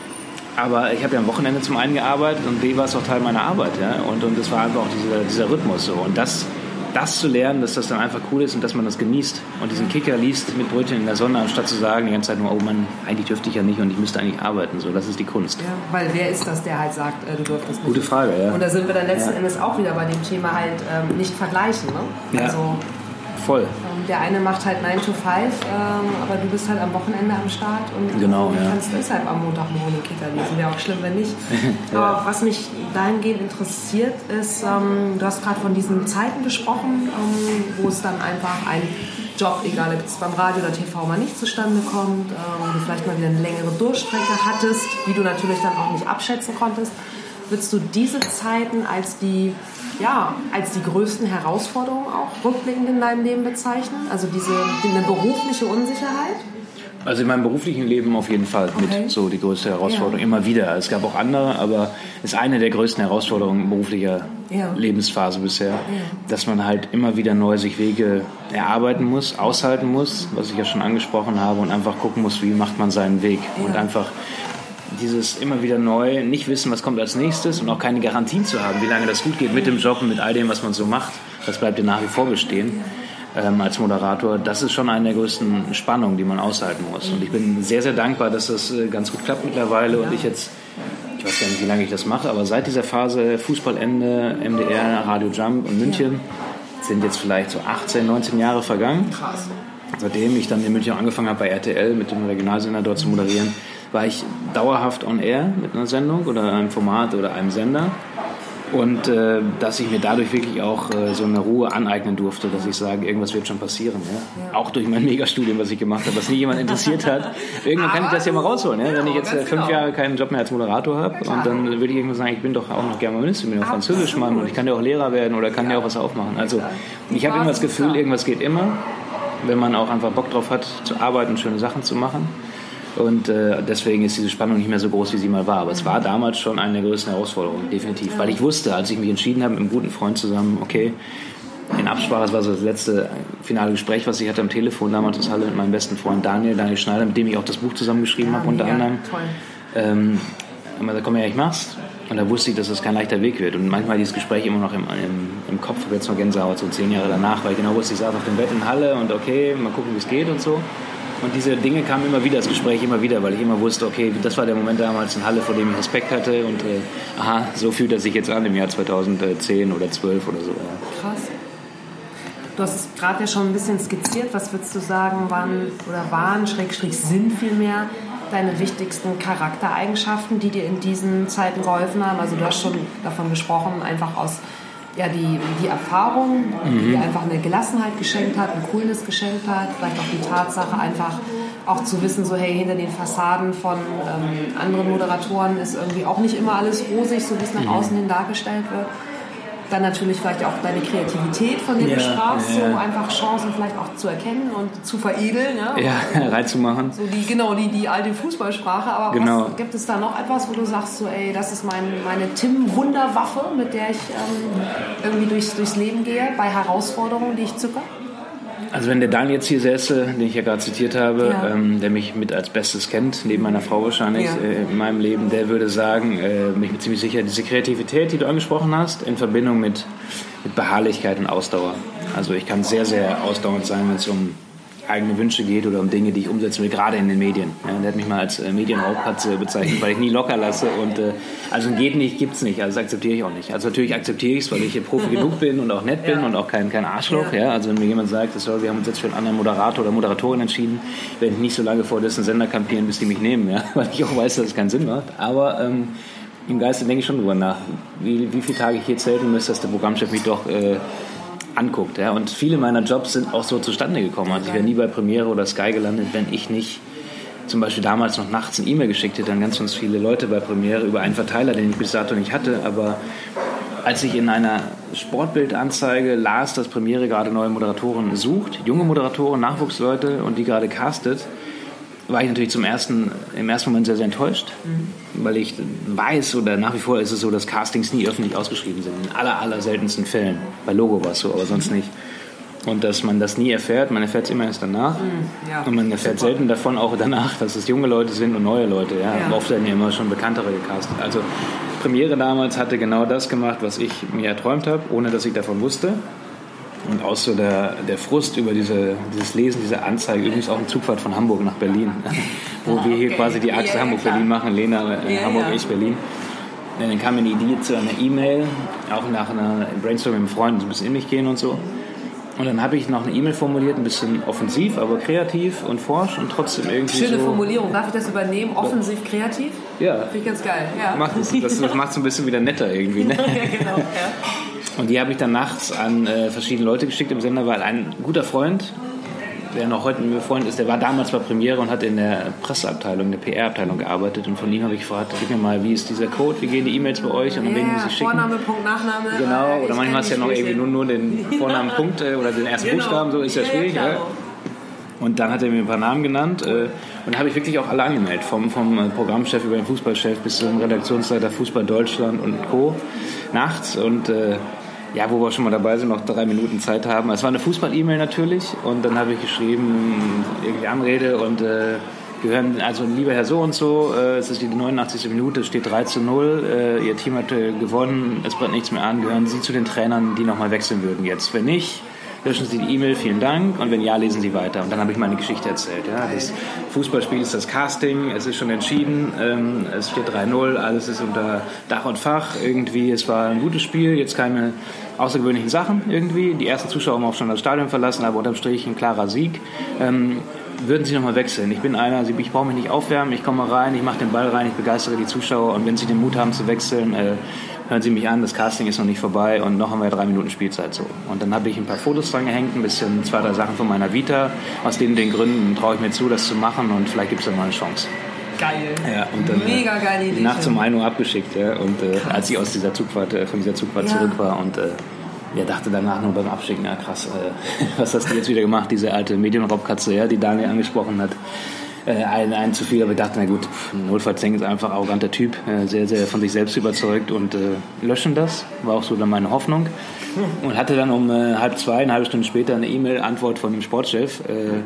Aber ich habe ja am Wochenende zum einen gearbeitet und B war es auch Teil meiner Arbeit. Ja? Und, und das war einfach auch dieser, dieser Rhythmus so. Und das das zu lernen, dass das dann einfach cool ist und dass man das genießt und diesen Kicker liest mit Brötchen in der Sonne, anstatt zu sagen die ganze Zeit nur, oh Mann, eigentlich dürfte ich ja nicht und ich müsste eigentlich arbeiten. So, das ist die Kunst. Ja, weil wer ist das, der halt sagt, äh, du dürftest nicht? Gute Frage, ja. Und da sind wir dann letzten ja. Endes auch wieder bei dem Thema halt ähm, nicht vergleichen. Ne? Ja. Also, voll. Ähm, der eine macht halt nine to five, ähm, aber du bist halt am Wochenende am Start und genau, du ja. kannst deshalb am Montagmorgen den Kicker lesen. Wäre auch schlimm, wenn nicht. ja. Aber was mich dahingehend interessiert ist, ähm, du hast gerade von diesen Zeiten gesprochen, ähm, wo es dann einfach ein Job, egal ob es beim Radio oder T V mal nicht zustande kommt, ähm, du vielleicht mal wieder eine längere Durchstrecke hattest, die du natürlich dann auch nicht abschätzen konntest. Würdest du diese Zeiten als die, ja, als die größten Herausforderungen auch rückblickend in deinem Leben bezeichnen? Also diese eine berufliche Unsicherheit? Also in meinem beruflichen Leben auf jeden Fall mit okay. so die größte Herausforderung, ja. immer wieder. Es gab auch andere, aber es ist eine der größten Herausforderungen beruflicher ja. Lebensphase bisher, ja. dass man halt immer wieder neu sich Wege erarbeiten muss, aushalten muss, was ich ja schon angesprochen habe, und einfach gucken muss, wie macht man seinen Weg. Ja. Und einfach dieses immer wieder neu, nicht wissen, was kommt als nächstes und auch keine Garantien zu haben, wie lange das gut geht mit dem Job und mit all dem, was man so macht. Das bleibt ja nach wie vor bestehen. Ähm, als Moderator, das ist schon eine der größten Spannungen, die man aushalten muss. Und ich bin sehr, sehr dankbar, dass das äh, ganz gut klappt mittlerweile und ich jetzt, ich weiß gar nicht, wie lange ich das mache, aber seit dieser Phase Fußballende, M D R, Radio Jump und München sind jetzt vielleicht so achtzehn, neunzehn Jahre vergangen. Krass. Seitdem ich dann in München angefangen habe bei R T L mit dem Regionalsender dort zu moderieren, war ich dauerhaft on air mit einer Sendung oder einem Format oder einem Sender. Und äh, dass ich mir dadurch wirklich auch äh, so eine Ruhe aneignen durfte, dass ich sage, irgendwas wird schon passieren. Ja? Ja. Auch durch mein Megastudium, was ich gemacht habe, was nie jemand interessiert hat. Irgendwann kann ich das ja mal rausholen. Ja? Wenn ich jetzt äh, fünf Jahre keinen Job mehr als Moderator habe und dann würde ich irgendwann sagen, ich bin doch auch noch Germanist, ich bin auch Französischmann und ich kann ja auch Lehrer werden oder kann ja auch was aufmachen. Also ich habe immer das Gefühl, irgendwas geht immer, wenn man auch einfach Bock drauf hat, zu arbeiten, schöne Sachen zu machen. Und äh, deswegen ist diese Spannung nicht mehr so groß, wie sie mal war. Aber es war damals schon eine der größten Herausforderungen, definitiv. Weil ich wusste, als ich mich entschieden habe, mit einem guten Freund zusammen, okay, in Absprache, das war so das letzte finale Gespräch, was ich hatte am Telefon damals aus Halle mit meinem besten Freund Daniel, Daniel Schneider, mit dem ich auch das Buch zusammengeschrieben ja, habe, unter ja, anderem. Toll. Ähm, immer gesagt, komm her, ich mach's. Und da wusste ich, dass das kein leichter Weg wird. Und manchmal dieses Gespräch immer noch im, im, im Kopf, habe jetzt noch Gänsehaut, so zehn Jahre danach, weil ich genau wusste, ich saß auf dem Bett in Halle und okay, mal gucken, wie es geht und so. Und diese Dinge kamen immer wieder, das Gespräch immer wieder, weil ich immer wusste, okay, das war der Moment damals in Halle, vor dem ich Respekt hatte und äh, aha, so fühlt er sich jetzt an im Jahr zweitausendzehn oder zwölf oder so. Ja. Krass. Du hast es gerade ja schon ein bisschen skizziert. Was würdest du sagen, waren oder waren, Schrägstrich sind vielmehr deine wichtigsten Charaktereigenschaften, die dir in diesen Zeiten geholfen haben? Also du hast schon davon gesprochen, einfach aus ja, die, die Erfahrung, die mhm. einfach eine Gelassenheit geschenkt hat, eine Coolness geschenkt hat, vielleicht auch die Tatsache einfach auch zu wissen, so hey, hinter den Fassaden von ähm, anderen Moderatoren ist irgendwie auch nicht immer alles rosig, so wie es nach mhm. außen hin dargestellt wird. Dann natürlich vielleicht auch deine Kreativität, von der ja, du sprachst, ja. so einfach Chancen vielleicht auch zu erkennen und zu veredeln. Ja, ja reinzumachen. So die, genau, die, die alte Fußballsprache. Aber genau. was, gibt es da noch etwas, wo du sagst, so ey, das ist mein, meine Tim-Wunderwaffe, mit der ich ähm, irgendwie durchs, durchs Leben gehe, bei Herausforderungen, die ich zücke? Also wenn der Daniel jetzt hier säße, den ich ja gerade zitiert habe, ja. ähm, der mich mit als Bestes kennt, neben meiner Frau wahrscheinlich ja. äh, in meinem Leben, der würde sagen, äh, bin ich mir ziemlich sicher, diese Kreativität, die du angesprochen hast, in Verbindung mit, mit Beharrlichkeit und Ausdauer. Also ich kann sehr, sehr ausdauernd sein, wenn es um eigene Wünsche geht oder um Dinge, die ich umsetzen will, gerade in den Medien. Ja, der hat mich mal als äh, Medienraubkatze bezeichnet, weil ich nie locker lasse. Und äh, also geht nicht, gibt's nicht. Also das akzeptiere ich auch nicht. Also natürlich akzeptiere ich es, weil ich hier Profi genug bin und auch nett bin ja. und auch kein, kein Arschloch. Ja. Ja. Also wenn mir jemand sagt, sorry, wir haben uns jetzt für einen anderen Moderator oder Moderatorin entschieden, werde ich nicht so lange vor dessen Sender kampieren, bis die mich nehmen. Ja. Weil ich auch weiß, dass es keinen Sinn macht. Aber ähm, im Geiste denke ich schon drüber nach, wie, wie viele Tage ich hier zelten müsste, dass der Programmchef mich doch äh, anguckt. Ja. Und viele meiner Jobs sind auch so zustande gekommen. Also ich wäre nie bei Premiere oder Sky gelandet, wenn ich nicht zum Beispiel damals noch nachts eine E-Mail geschickt hätte an ganz, ganz viele Leute bei Premiere über einen Verteiler, den ich bis dato nicht hatte. Aber als ich in einer Sportbildanzeige las, dass Premiere gerade neue Moderatoren sucht, junge Moderatoren, Nachwuchsleute und die gerade castet, war ich natürlich zum ersten, im ersten Moment sehr, sehr enttäuscht, mhm. weil ich weiß, oder nach wie vor ist es so, dass Castings nie öffentlich ausgeschrieben sind, in aller, aller seltensten Fällen. Bei Logo war es so, aber sonst nicht. Und dass man das nie erfährt, man erfährt es immer erst danach. Mhm, ja. Und man erfährt Super. selten davon auch danach, dass es junge Leute sind und neue Leute. Ja? Ja. Oft werden ja immer schon bekanntere gecastet. Also Premiere damals hatte genau das gemacht, was ich mir erträumt habe, ohne dass ich davon wusste. Und auch so der, der Frust über diese, dieses Lesen dieser Anzeige, übrigens auch eine Zugfahrt von Hamburg nach Berlin, wo wir hier okay. quasi die Achse ja, Hamburg-Berlin ja, machen, Lena äh, ja, Hamburg, ja. ich Berlin. Und dann kam mir die Idee zu einer E-Mail, auch nach einer Brainstorming mit Freunden, so ein bisschen in mich gehen und so. Und dann habe ich noch eine E-Mail formuliert, ein bisschen offensiv, aber kreativ und forsch und trotzdem irgendwie Schöne so... Formulierung. Darf ich das übernehmen? Offensiv, kreativ? Ja. Finde ich ganz geil. Ja. Macht das, das, das macht es ein bisschen wieder netter irgendwie. Ne? ja, genau. Ja. Und die habe ich dann nachts an äh, verschiedene Leute geschickt im Sender, weil ein guter Freund, der noch heute mit mir befreundet ist, der war damals bei Premiere und hat in der Presseabteilung, in der P R-Abteilung gearbeitet. Und von ihm habe ich gefragt, gib mir mal, wie ist dieser Code, wie gehen die E-Mails bei euch und an wen yeah, muss ich schicken? Vorname, Punkt, Nachname. Genau, oder manchmal hast du ja noch irgendwie nur, nur den Vornamen, Punkt äh, oder den ersten genau. Buchstaben, so ist ja, ja schwierig. Ja. Und dann hat er mir ein paar Namen genannt. Äh, Und da habe ich wirklich auch alle angemeldet, vom, vom Programmchef über den Fußballchef bis zum Redaktionsleiter Fußball Deutschland und Co. nachts. Und äh, ja, wo wir schon mal dabei sind, noch drei Minuten Zeit haben. Es war eine Fußball-E-Mail natürlich und dann habe ich geschrieben, irgendwie Anrede und äh, gehören, also lieber Herr so und so, äh, es ist die neunundachtzigste Minute, es steht drei zu null, äh, Ihr Team hat äh, gewonnen, es brennt nichts mehr an, gehören Sie zu den Trainern, die nochmal wechseln würden jetzt. Wenn nicht, löschen Sie die E-Mail, vielen Dank, und wenn ja, lesen Sie weiter. Und dann habe ich meine Geschichte erzählt. Ja. Das Fußballspiel ist das Casting, es ist schon entschieden, ähm, es steht drei null, alles ist unter Dach und Fach irgendwie, es war ein gutes Spiel, jetzt keine außergewöhnlichen Sachen irgendwie. Die ersten Zuschauer haben auch schon das Stadion verlassen, aber unterm Strich ein klarer Sieg. Ähm, würden Sie nochmal wechseln? Ich bin einer, ich brauche mich nicht aufwärmen, ich komme rein, ich mache den Ball rein, ich begeistere die Zuschauer, und wenn Sie den Mut haben zu wechseln, äh, hören Sie mich an, das Casting ist noch nicht vorbei und noch haben wir drei Minuten Spielzeit so. Und dann habe ich ein paar Fotos dran gehängt, ein bisschen zwei, drei Sachen von meiner Vita. Aus den, den Gründen traue ich mir zu, das zu machen, und vielleicht gibt es dann mal eine Chance. Geil. Ja, und dann, mega geile Idee. Nachts um ein Uhr abgeschickt, ja, und äh, als ich aus dieser Zugfahrt, äh, von dieser Zugfahrt ja. zurück war, und äh, ja, dachte danach nur beim Abschicken, ja krass, äh, was hast du jetzt wieder gemacht, diese alte Medienraubkatze, ja, die Daniel angesprochen hat. Äh, ein, ein zu viel, aber ich dachte, na gut, Notfallzeng ist einfach ein arroganter Typ, äh, sehr, sehr von sich selbst überzeugt, und äh, löschen das, war auch so dann meine Hoffnung. Und hatte dann um äh, halb zwei, eine halbe Stunde später, eine E-Mail-Antwort von dem Sportchef. Äh,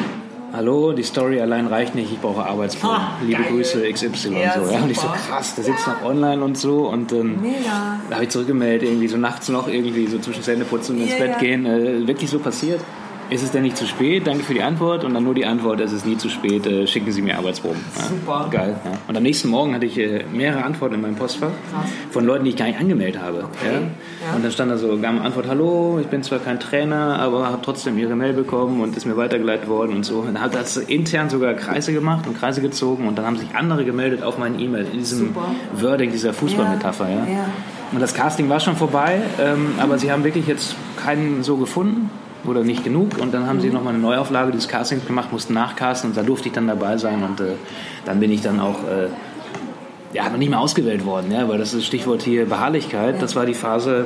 Hallo, die Story allein reicht nicht, ich brauche Arbeitsproben. Ah, Liebe geil. Grüße X Y. Ja, und so. Ja, und ich so, krass, der sitzt ja. noch online und so. Und ähm, da habe ich zurückgemeldet, irgendwie so nachts noch, irgendwie so zwischen Zähneputzen und ins ja, Bett ja. gehen. Äh, wirklich so passiert. Ist es denn nicht zu spät? Danke für die Antwort. Und dann nur die Antwort, es ist nie zu spät, äh, schicken Sie mir Arbeitsproben. Ja, super. Geil. Ja. Und am nächsten Morgen hatte ich äh, mehrere Antworten in meinem Postfach. Krass. Von Leuten, die ich gar nicht angemeldet habe. Okay. Ja? Ja. Und dann stand da so, gab eine Antwort, hallo, ich bin zwar kein Trainer, aber habe trotzdem Ihre Mail bekommen und ist mir weitergeleitet worden und so. Und dann hat das intern sogar Kreise gemacht und Kreise gezogen, und dann haben sich andere gemeldet auf meine E-Mail in diesem super. Wording, dieser Fußballmetapher. Ja. Ja. Ja. Und das Casting war schon vorbei, ähm, aber sie haben wirklich jetzt keinen so gefunden. Oder nicht genug, und dann haben sie nochmal eine Neuauflage dieses Castings gemacht, mussten nachcasten, und da durfte ich dann dabei sein, und äh, dann bin ich dann auch äh, ja, noch nicht mehr ausgewählt worden, ja, weil das ist Stichwort hier Beharrlichkeit. Das war die Phase,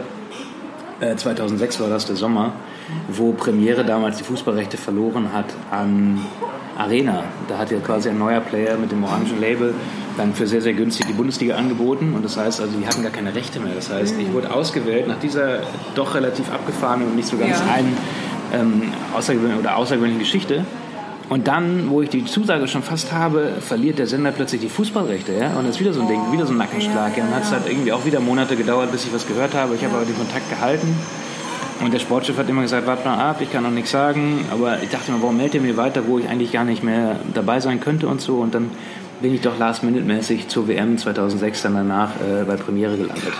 äh, zweitausendsechs war das, der Sommer, wo Premiere damals die Fußballrechte verloren hat an Arena. Da hat ja quasi ein neuer Player mit dem orangen Label dann für sehr, sehr günstig die Bundesliga angeboten, und das heißt, also die hatten gar keine Rechte mehr. Das heißt, ich wurde ausgewählt nach dieser doch relativ abgefahrenen und nicht so ganz ja. ein, ähm, außergewöhnlichen oder außergewöhnlichen Geschichte. Und dann, wo ich die Zusage schon fast habe, verliert der Sender plötzlich die Fußballrechte. Ja? Und das ist wieder so ein Ding, wieder so ein Nackenschlag. Ja, und dann hat es halt irgendwie auch wieder Monate gedauert, bis ich was gehört habe. Ich habe aber den Kontakt gehalten. Und der Sportchef hat immer gesagt, warte mal ab, ich kann noch nichts sagen. Aber ich dachte mir, warum meldet ihr mir weiter, wo ich eigentlich gar nicht mehr dabei sein könnte und so. Und dann bin ich doch last-minute-mäßig zur W M zweitausendsechs dann danach äh, bei Premiere gelandet.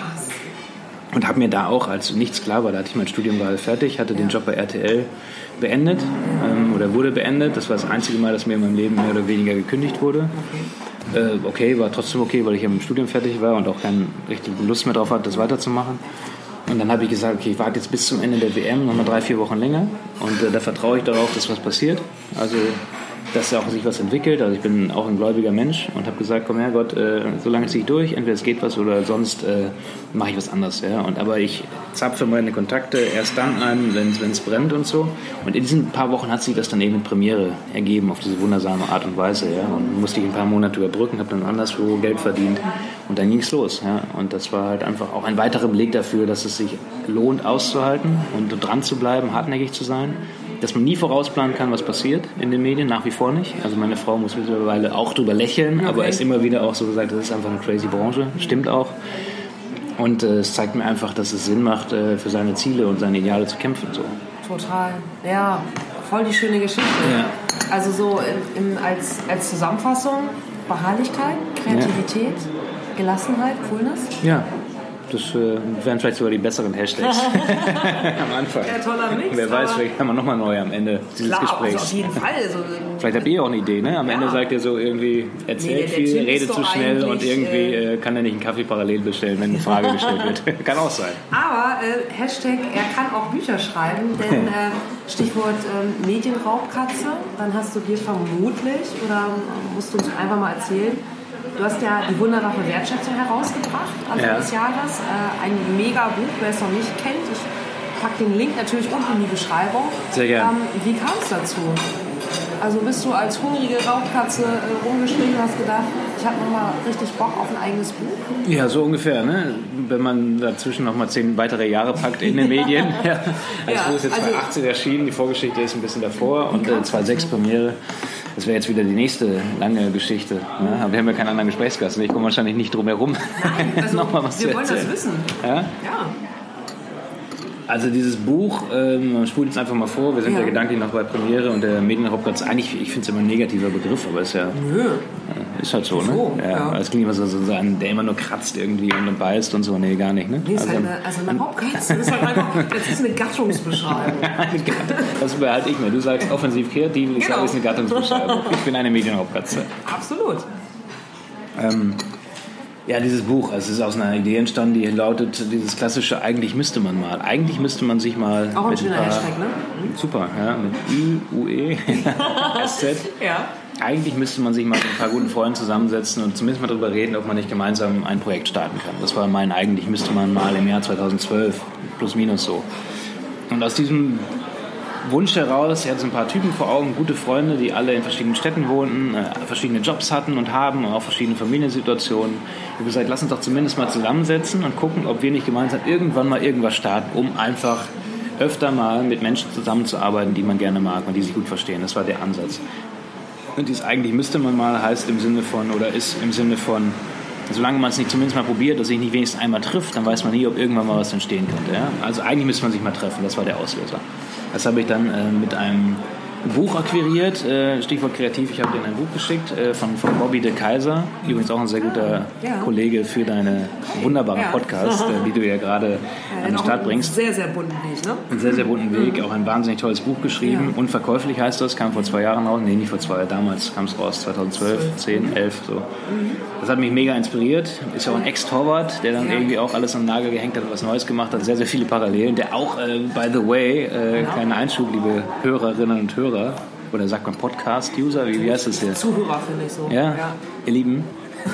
Und habe mir da auch, als nichts klar war, da hatte ich mein Studium gerade fertig, hatte den Job bei R T L beendet ähm, oder wurde beendet. Das war das einzige Mal, dass mir in meinem Leben mehr oder weniger gekündigt wurde. Okay, äh, okay war trotzdem okay, weil ich ja mit dem Studium fertig war und auch keine richtige Lust mehr drauf hatte, das weiterzumachen. Und dann habe ich gesagt, okay, ich warte jetzt bis zum Ende der W M, nochmal drei, vier Wochen länger. Und äh, da vertraue ich darauf, dass was passiert. Also, dass ja auch sich was entwickelt. Also ich bin auch ein gläubiger Mensch und habe gesagt, komm her Gott, äh, so lange ziehe ich durch, entweder es geht was oder sonst äh, mache ich was anderes. Ja? Und, aber ich zapfe meine Kontakte erst dann an, wenn es brennt und so. Und in diesen paar Wochen hat sich das dann eben mit Premiere ergeben, auf diese wundersame Art und Weise. Ja? Und musste ich ein paar Monate überbrücken, habe dann anderswo Geld verdient und dann ging es los. Ja? Und das war halt einfach auch ein weiterer Beleg dafür, dass es sich lohnt auszuhalten und dran zu bleiben, hartnäckig zu sein. Dass man nie vorausplanen kann, was passiert in den Medien, nach wie vor nicht. Also meine Frau muss mittlerweile auch drüber lächeln, okay. aber ist immer wieder auch so gesagt, das ist einfach eine crazy Branche, stimmt auch. Und äh, es zeigt mir einfach, dass es Sinn macht, äh, für seine Ziele und seine Ideale zu kämpfen. So. Total, ja, voll die schöne Geschichte. Ja. Also so in, in, als, als Zusammenfassung, Beharrlichkeit, Kreativität, ja. Gelassenheit, Coolness. Ja. Das äh, wären vielleicht sogar die besseren Hashtags am Anfang. Ja, toller Mix. Wer weiß, vielleicht haben wir nochmal neu am Ende dieses Klar, Gesprächs. Also auf jeden Fall. So, vielleicht habt ihr auch eine Idee, ne? Am ja. Ende sagt ihr so irgendwie, erzählt nee, viel, redet zu schnell und irgendwie äh, kann er nicht einen Kaffee parallel bestellen, wenn eine Frage gestellt wird. Kann auch sein. Aber äh, Hashtag, er kann auch Bücher schreiben, denn äh, Stichwort äh, Medienraubkatze, dann hast du dir vermutlich, oder musst du uns einfach mal erzählen, du hast ja die wunderbare Wertschätzung herausgebracht Anfang ja. des Jahres. Äh, ein mega Buch, wer es noch nicht kennt. Ich packe den Link natürlich unten in die Beschreibung. Sehr gerne. Ähm, wie kam es dazu? Also bist du als hungrige Raubkatze äh, rumgeschrien und hast gedacht, ich habe nochmal richtig Bock auf ein eigenes Buch? Ja, so ungefähr, ne? Wenn man dazwischen nochmal zehn weitere Jahre packt in den Medien. Ja. Das Ja, Buch ist jetzt also- zweitausendachtzehn erschienen, die Vorgeschichte ist ein bisschen davor und äh, zweitausendsechs Premiere. Das wäre jetzt wieder die nächste lange Geschichte. Ne? Aber wir haben ja keinen anderen Gesprächsgast. Ich komme wahrscheinlich nicht drum herum, Also, nochmal was wir zu wollen erzählen. das wissen. Ja? Ja. Also dieses Buch, ähm, man spult jetzt einfach mal vor, wir sind ja, Ja. gedanklich noch bei Premiere und der Medienhauptplatz, eigentlich, ich finde es immer ein negativer Begriff, aber ist ja, Nö. ist halt so, ne? So, ja, ja. Es klingt immer so, so ein, der immer nur kratzt irgendwie und dann beißt und so, nee, gar nicht, ne? Nee, ist halt eine, also eine Raubkatze. Das ist halt einfach, das ist eine Gattungsbeschreibung. Das behalte ich mir. Du sagst offensiv kreativ, ich Genau. sage, es ist eine Gattungsbeschreibung. Ich bin eine Medienhauptkatze. Absolut. Ähm, ja, dieses Buch, es ist aus einer Idee entstanden, die lautet, dieses klassische, eigentlich müsste man mal. Eigentlich müsste man sich mal Auch ein mit schöner paar, Hashtag, ne? Super, ja, mit Ü, U, E, S Z. Ja. Eigentlich müsste man sich mal mit ein paar guten Freunden zusammensetzen und zumindest mal darüber reden, ob man nicht gemeinsam ein Projekt starten kann. Das war mein eigentlich müsste man mal im Jahr zweitausendzwölf, plus minus so. Und aus diesem Wunsch heraus, er hat so ein paar Typen vor Augen, gute Freunde, die alle in verschiedenen Städten wohnten, äh, verschiedene Jobs hatten und haben, auch verschiedene Familiensituationen. Ich habe gesagt, lass uns doch zumindest mal zusammensetzen und gucken, ob wir nicht gemeinsam irgendwann mal irgendwas starten, um einfach öfter mal mit Menschen zusammenzuarbeiten, die man gerne mag und die sich gut verstehen. Das war der Ansatz. Und dies eigentlich müsste man mal heißt im Sinne von, oder ist im Sinne von, solange man es nicht zumindest mal probiert, dass sich nicht wenigstens einmal trifft, dann weiß man nie, ob irgendwann mal was entstehen könnte. Ja? Also eigentlich müsste man sich mal treffen, das war der Auslöser. Das habe ich dann äh, mit einem Buch akquiriert, äh, Stichwort kreativ, ich habe dir ein Buch geschickt äh, von, von Bobby de Keyser, übrigens auch ein sehr guter Ja. Kollege für deine wunderbaren Ja. Podcast, äh, die du ja gerade Ja, an den auch Start einen bringst. sehr, sehr bunten Weg, ne? Einen sehr, sehr bunten Weg, auch ein wahnsinnig tolles Buch geschrieben. Ja. Unverkäuflich heißt das, kam vor zwei Jahren raus. Nee, nicht vor zwei, damals kam es raus, zweitausendzwölf, zehn, elf, so. Das hat mich mega inspiriert. Ist ja auch ein Ex-Torwart, der dann Ja. irgendwie auch alles am Nagel gehängt hat und was Neues gemacht hat. Sehr, sehr viele Parallelen. Der auch, äh, by the way, äh, kleiner Einschub, liebe Hörerinnen und Hörer, oder sagt man Podcast-User, wie, wie heißt das hier? Zuhörer, finde ich so. Ja, Ja. ihr Lieben.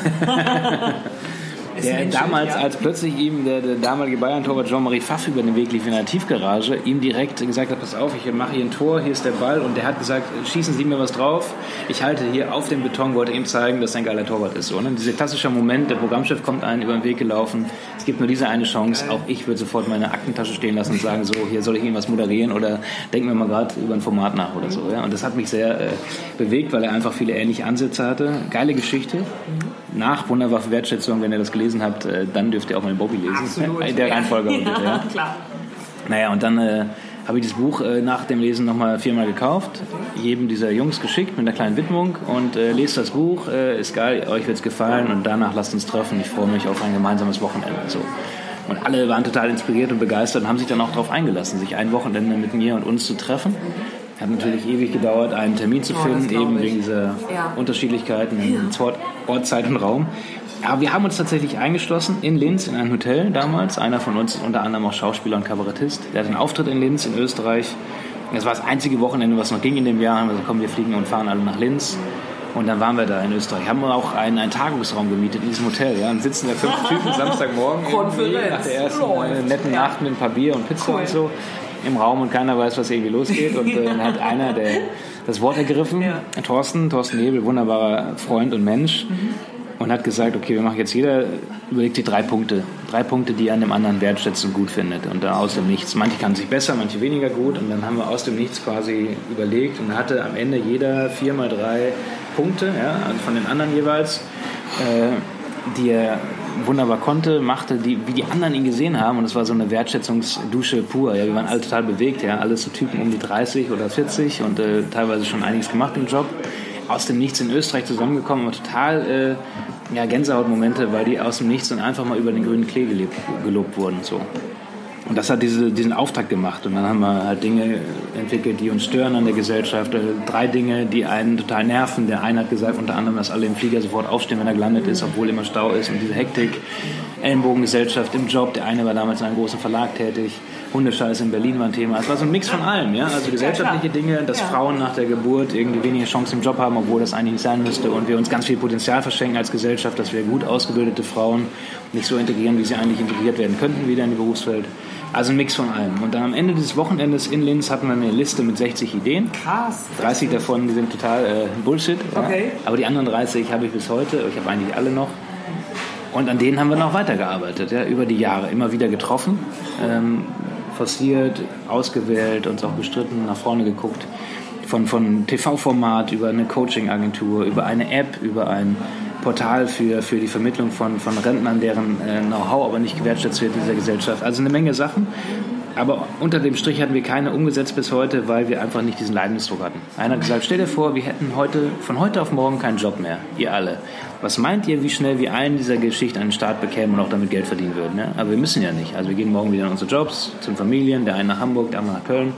Ist Der menschlich, damals, ja. als plötzlich ihm der, der damalige Bayern-Torwart Jean-Marie Pfaff über den Weg lief in einer Tiefgarage, ihm direkt gesagt hat, pass auf, ich mache hier ein Tor, hier ist der Ball, und der hat gesagt, schießen Sie mir was drauf, ich halte hier auf dem Beton, wollte ihm zeigen, dass er ein geiler Torwart ist. So, ne? Dieser klassische Moment, der Programmchef kommt einem über den Weg gelaufen, es gibt nur diese eine Chance, auch ich würde sofort meine Aktentasche stehen lassen und sagen, so, hier soll ich irgendwas moderieren oder denken wir mal gerade über ein Format nach oder so. Ja? Und das hat mich sehr äh, bewegt, weil er einfach viele ähnliche Ansätze hatte. Geile Geschichte. Nach Wunderwaffe Wertschätzung, wenn ihr das gelesen habt, äh, dann dürft ihr auch mal den Bobby lesen. Absolut. In der Reihenfolge. Ja, bitte, ja. klar. Naja, und dann äh, habe ich das Buch äh, nach dem Lesen nochmal viermal gekauft, jedem dieser Jungs geschickt mit einer kleinen Widmung und äh, lest das Buch, äh, ist geil, euch wird's gefallen und danach lasst uns treffen, ich freue mich auf ein gemeinsames Wochenende. So. Und alle waren total inspiriert und begeistert und haben sich dann auch darauf eingelassen, sich ein Wochenende mit mir und uns zu treffen. Hat natürlich ewig gedauert, einen Termin zu Oh, finden, das glaub eben ich. wegen dieser Ja. Unterschiedlichkeiten in Ort, Ort, Zeit und Raum. Aber wir haben uns tatsächlich eingeschlossen in Linz in ein Hotel damals. Einer von uns ist unter anderem auch Schauspieler und Kabarettist. Der hat einen Auftritt in Linz in Österreich. Das war das einzige Wochenende, was noch ging in dem Jahr. Haben wir gesagt, komm, wir fliegen und fahren alle nach Linz. Und dann waren wir da in Österreich. Haben wir auch einen, einen Tagungsraum gemietet in diesem Hotel. Ja. Dann sitzen da fünf Typen Samstagmorgen irgendwie Konferenz. nach der ersten Läuft. äh, netten Nacht mit ein paar Bier und Pizza Cool. und so im Raum und keiner weiß, was irgendwie losgeht. Und äh, dann hat einer der, das Wort ergriffen, Ja. Thorsten, Thorsten Nebel, wunderbarer Freund und Mensch. Und hat gesagt, okay, wir machen jetzt jeder, überlegt sich drei Punkte. Drei Punkte, die er an dem anderen wertschätzt und gut findet. Und da aus dem Nichts. Manche kann sich besser, manche weniger gut. Und dann haben wir aus dem Nichts quasi überlegt und hatte am Ende jeder vier mal drei Punkte, ja, also von den anderen jeweils, äh, die er wunderbar konnte, machte, die, wie die anderen ihn gesehen haben. Und es war so eine Wertschätzungsdusche pur. Ja, wir waren alle total bewegt. Ja, alles so Typen um die dreißig oder vierzig und äh, teilweise schon einiges gemacht im Job. Aus dem Nichts in Österreich zusammengekommen, aber total äh, ja, Gänsehautmomente, weil die aus dem Nichts dann einfach mal über den grünen Klee gelebt, gelobt wurden. So. Und das hat diese, diesen Auftakt gemacht. Und dann haben wir halt Dinge entwickelt, die uns stören an der Gesellschaft. Also drei Dinge, die einen total nerven. Der eine hat gesagt, unter anderem, dass alle im Flieger sofort aufstehen, wenn er gelandet ist, obwohl immer Stau ist. Und diese Hektik, Ellenbogengesellschaft im Job. Der eine war damals in einem großen Verlag tätig. Hundescheiße in Berlin war ein Thema. Es war so ein Mix von allem. Ja? Also gesellschaftliche Dinge, dass Ja. Frauen nach der Geburt irgendwie weniger Chance im Job haben, obwohl das eigentlich nicht sein müsste. Und wir uns ganz viel Potenzial verschenken als Gesellschaft, dass wir gut ausgebildete Frauen nicht so integrieren, wie sie eigentlich integriert werden könnten wieder in die Berufswelt. Also ein Mix von allem. Und dann am Ende des Wochenendes in Linz hatten wir eine Liste mit sechzig Ideen. Krass. dreißig davon, die sind total äh, Bullshit. Okay. Ja. Aber die anderen dreißig habe ich bis heute. Ich habe eigentlich alle noch. Und an denen haben wir noch weitergearbeitet, ja, über die Jahre. Immer wieder getroffen, ähm, forciert, ausgewählt, uns auch bestritten, nach vorne geguckt. Von, von T V-Format über eine Coaching-Agentur, über eine App, über ein Portal für, für die Vermittlung von, von Rentnern, deren äh, Know-how aber nicht gewertschätzt wird in dieser Gesellschaft. Also eine Menge Sachen. Aber unter dem Strich hatten wir keine umgesetzt bis heute, weil wir einfach nicht diesen Leidensdruck hatten. Einer hat gesagt, stell dir vor, wir hätten heute, von heute auf morgen keinen Job mehr. Ihr alle. Was meint ihr, wie schnell wir allen dieser Geschichte einen Start bekämen und auch damit Geld verdienen würden? Ne? Aber wir müssen ja nicht. Also wir gehen morgen wieder in unsere Jobs, zu den Familien, der eine nach Hamburg, der andere nach Köln.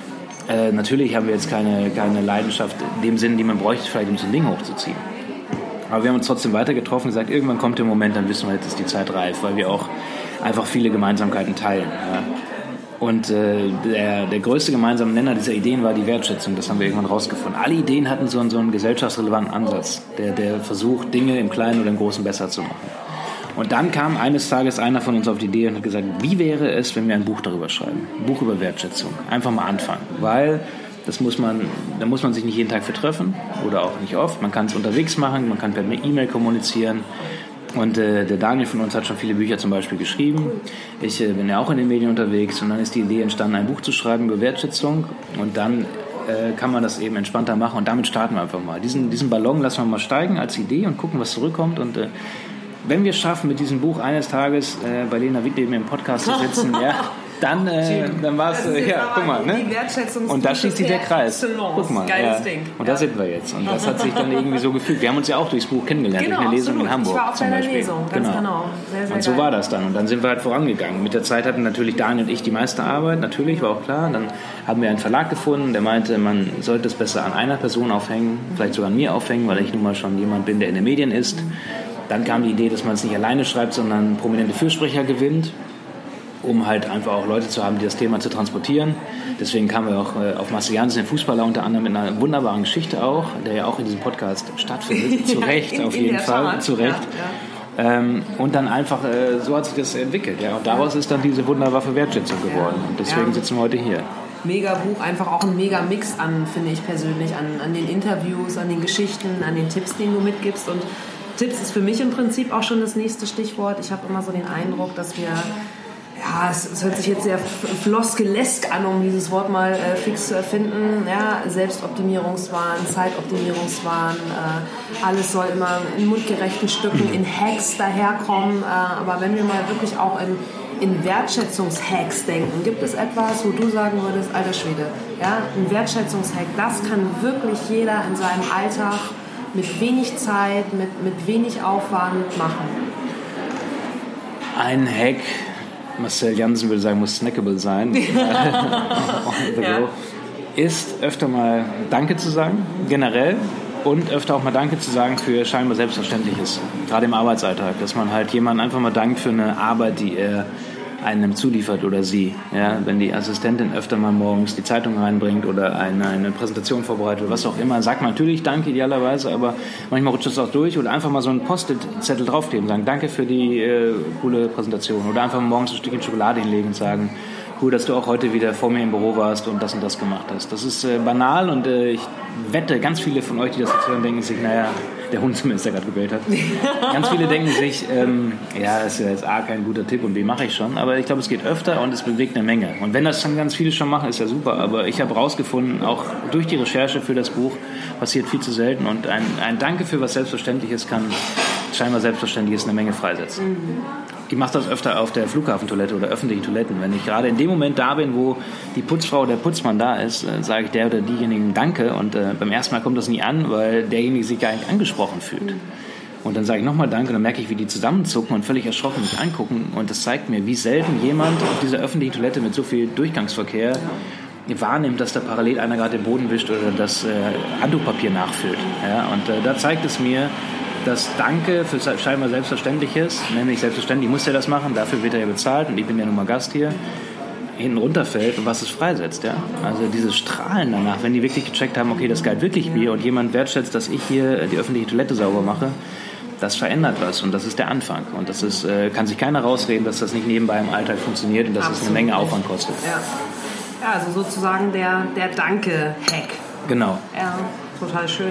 Äh, natürlich haben wir jetzt keine, keine Leidenschaft in dem Sinne, die man bräuchte, vielleicht um so ein Ding hochzuziehen. Aber wir haben uns trotzdem weiter getroffen und gesagt, irgendwann kommt der Moment, dann wissen wir, jetzt ist die Zeit reif, weil wir auch einfach viele Gemeinsamkeiten teilen. Ja. Und äh, der, der größte gemeinsame Nenner dieser Ideen war die Wertschätzung. Das haben wir irgendwann rausgefunden. Alle Ideen hatten so einen, so einen gesellschaftsrelevanten Ansatz, der, der versucht, Dinge im Kleinen oder im Großen besser zu machen. Und dann kam eines Tages einer von uns auf die Idee und hat gesagt, wie wäre es, wenn wir ein Buch darüber schreiben? Ein Buch über Wertschätzung. Einfach mal anfangen. Weil das muss man, da muss man sich nicht jeden Tag für treffen oder auch nicht oft. Man kann es unterwegs machen, man kann per E-Mail kommunizieren. Und äh, der Daniel von uns hat schon viele Bücher zum Beispiel geschrieben. Ich äh, bin ja auch in den Medien unterwegs und dann ist die Idee entstanden, ein Buch zu schreiben über Wertschätzung und dann äh, kann man das eben entspannter machen und damit starten wir einfach mal. Diesen, diesen Ballon lassen wir mal steigen als Idee und gucken, was zurückkommt und äh, wenn wir es schaffen, mit diesem Buch eines Tages äh, bei Lena Wittleben im Podcast zu sitzen, ja, dann, äh, dann war es, äh, ja, guck mal, ne? Und da schließt sich der Kreis. Guck mal, ja. Und da sind wir jetzt. Und das hat sich dann irgendwie so gefühlt. Wir haben uns ja auch durchs Buch kennengelernt, genau, durch eine Lesung absolut. in Hamburg. Ich war auf zum deiner Beispiel. Lesung, ganz genau. genau. Sehr, sehr und so geil. war das dann. Und dann sind wir halt vorangegangen. Mit der Zeit hatten natürlich Daniel und ich die meiste Arbeit, natürlich, war auch klar. Dann haben wir einen Verlag gefunden, der meinte, man sollte es besser an einer Person aufhängen, vielleicht sogar an mir aufhängen, weil ich nun mal schon jemand bin, der in den Medien ist. Dann kam die Idee, dass man es nicht alleine schreibt, sondern prominente Fürsprecher gewinnt, um halt einfach auch Leute zu haben, die das Thema zu transportieren. Deswegen kamen wir auch äh, auf Marcel Jansen, den Fußballer, unter anderem mit einer wunderbaren Geschichte auch, der ja auch in diesem Podcast stattfindet. Zu Recht, in, auf in jeden Fall, Tat. zu Recht. Ja, ja. Ähm, und dann einfach, äh, so hat sich das entwickelt. Ja. Und daraus ist dann diese Wunderwaffe Wertschätzung geworden. Und deswegen Ja. sitzen wir heute hier. Mega Buch, einfach auch ein mega Mix an, finde ich persönlich, an, an den Interviews, an den Geschichten, an den Tipps, die du mitgibst. Und Tipps ist für mich im Prinzip auch schon das nächste Stichwort. Ich habe immer so den Eindruck, dass wir, ja, es, es hört sich jetzt sehr floskelesk an, um dieses Wort mal äh, fix zu erfinden. Ja, Selbstoptimierungswahn, Zeitoptimierungswahn, äh, alles soll immer in mundgerechten Stücken, in Hacks daherkommen. Äh, aber wenn wir mal wirklich auch in in Wertschätzungshacks denken. Gibt es etwas, wo du sagen würdest, alter Schwede, ja, ein Wertschätzungshack, das kann wirklich jeder in seinem Alltag mit wenig Zeit, mit, mit wenig Aufwand machen? Ein Hack, Marcel Jansen würde sagen, muss snackable sein, ja. ist öfter mal Danke zu sagen, generell. Und öfter auch mal Danke zu sagen für scheinbar Selbstverständliches, gerade im Arbeitsalltag, dass man halt jemandem einfach mal dankt für eine Arbeit, die er einem zuliefert oder sie. Ja, wenn die Assistentin öfter mal morgens die Zeitung reinbringt oder eine, eine Präsentation vorbereitet oder was auch immer, sagt man natürlich Danke idealerweise, aber manchmal rutscht es auch durch oder einfach mal so einen Post-it-Zettel draufkleben, sagen Danke für die äh, coole Präsentation oder einfach morgens ein Stückchen Schokolade hinlegen und sagen, cool, dass du auch heute wieder vor mir im Büro warst und das und das gemacht hast. Das ist äh, banal und äh, ich wette, ganz viele von euch, die das jetzt hören, denken sich, naja, der Hund zumindest, der gerade gebellt hat. Ganz viele denken sich, ähm, ja, das ist ja jetzt A, kein guter Tipp und B, mache ich schon. Aber ich glaube, es geht öfter und es bewegt eine Menge. Und wenn das schon ganz viele schon machen, ist ja super. Aber ich habe rausgefunden, auch durch die Recherche für das Buch, passiert viel zu selten. Und ein, ein Danke für was Selbstverständliches kann scheinbar Selbstverständliches eine Menge freisetzen. Mhm. Ich mache das öfter auf der Flughafentoilette oder öffentlichen Toiletten. Wenn ich gerade in dem Moment da bin, wo die Putzfrau oder der Putzmann da ist, äh, sage ich der oder diejenigen Danke. Und äh, beim ersten Mal kommt das nie an, weil derjenige sich gar nicht angesprochen fühlt. Und dann sage ich nochmal Danke und dann merke ich, wie die zusammenzucken und völlig erschrocken mich angucken. Und das zeigt mir, wie selten jemand auf dieser öffentlichen Toilette mit so viel Durchgangsverkehr wahrnimmt, dass da parallel einer gerade den Boden wischt oder das äh, Handtuchpapier nachfüllt. Ja? Und äh, da zeigt es mir, dass Danke für scheinbar Selbstverständliches, nämlich selbstverständlich muss er das machen, dafür wird er ja bezahlt und ich bin ja nun mal Gast hier, hinten runterfällt und was es freisetzt. Ja? Also dieses Strahlen danach, wenn die wirklich gecheckt haben, okay, das galt wirklich mir und jemand wertschätzt, dass ich hier die öffentliche Toilette sauber mache, das verändert was und das ist der Anfang. Und das ist, äh, kann sich keiner rausreden, dass das nicht nebenbei im Alltag funktioniert und dass es eine Menge Aufwand kostet. Ja, ja, also sozusagen der, der Danke-Hack. Genau. Ja, total schön.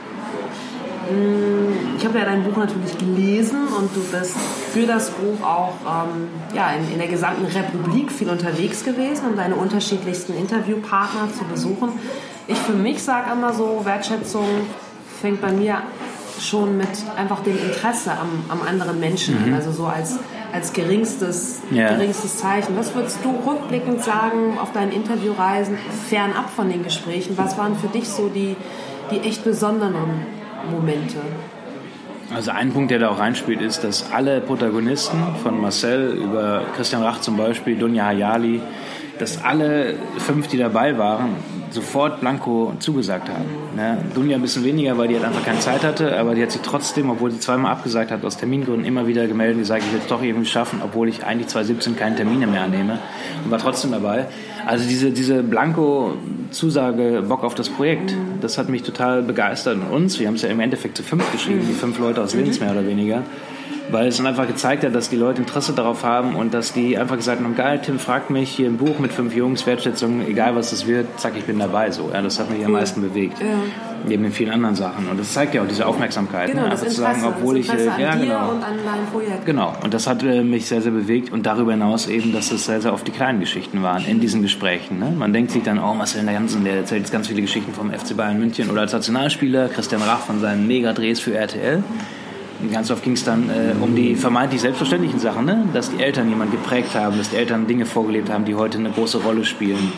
Ich habe ja dein Buch natürlich gelesen und du bist für das Buch auch ähm, ja, in, in der gesamten Republik viel unterwegs gewesen, um deine unterschiedlichsten Interviewpartner zu besuchen. Ich für mich sage immer so, Wertschätzung fängt bei mir schon mit einfach dem Interesse am, am anderen Menschen an, mhm. also so als, als geringstes, ja. geringstes Zeichen. Was würdest du rückblickend sagen auf deinen Interviewreisen, fernab von den Gesprächen? Was waren für dich so die, die echt besonderen Momente? Also ein Punkt, der da auch reinspielt, ist, dass alle Protagonisten von Marcel über Christian Rach zum Beispiel, Dunja Hayali, dass alle fünf, die dabei waren, sofort blanko zugesagt haben. Ne? Dunja ein bisschen weniger, weil die halt einfach keine Zeit hatte, aber die hat sich trotzdem, obwohl sie zweimal abgesagt hat, aus Termingründen immer wieder gemeldet und gesagt, ich will es doch irgendwie schaffen, obwohl ich eigentlich zwanzig siebzehn keine Termine mehr annehme und war trotzdem dabei. Also diese, diese Blanko-Zusage, Bock auf das Projekt, das hat mich total begeistert. Und uns, wir haben es ja im Endeffekt zu fünf geschrieben, die fünf Leute aus Linz mehr oder weniger, weil es dann einfach gezeigt hat, dass die Leute Interesse darauf haben und dass die einfach gesagt haben, geil, Tim fragt mich, hier ein Buch mit fünf Jungs, Wertschätzung, egal was das wird, zack, ich bin dabei. So, ja, das hat mich am meisten bewegt. Ja. Neben den vielen anderen Sachen. Und das zeigt ja auch diese Aufmerksamkeit. Genau, ne? das Interesse, sagen, obwohl das Interesse ich, an ja, dir genau. und an deinem Projekt. Genau, und das hat äh, mich sehr, sehr bewegt und darüber hinaus eben, dass es sehr, sehr oft die kleinen Geschichten waren in diesen Gesprächen. Ne? Man denkt sich dann, oh, Marcel Jansen, der erzählt jetzt ganz viele Geschichten vom F C Bayern München oder als Nationalspieler, Christian Rach von seinen Mega-Drehs für R T L. Und ganz oft ging es dann äh, um die vermeintlich selbstverständlichen Sachen, ne? Dass die Eltern jemanden geprägt haben, dass die Eltern Dinge vorgelebt haben, die heute eine große Rolle spielen.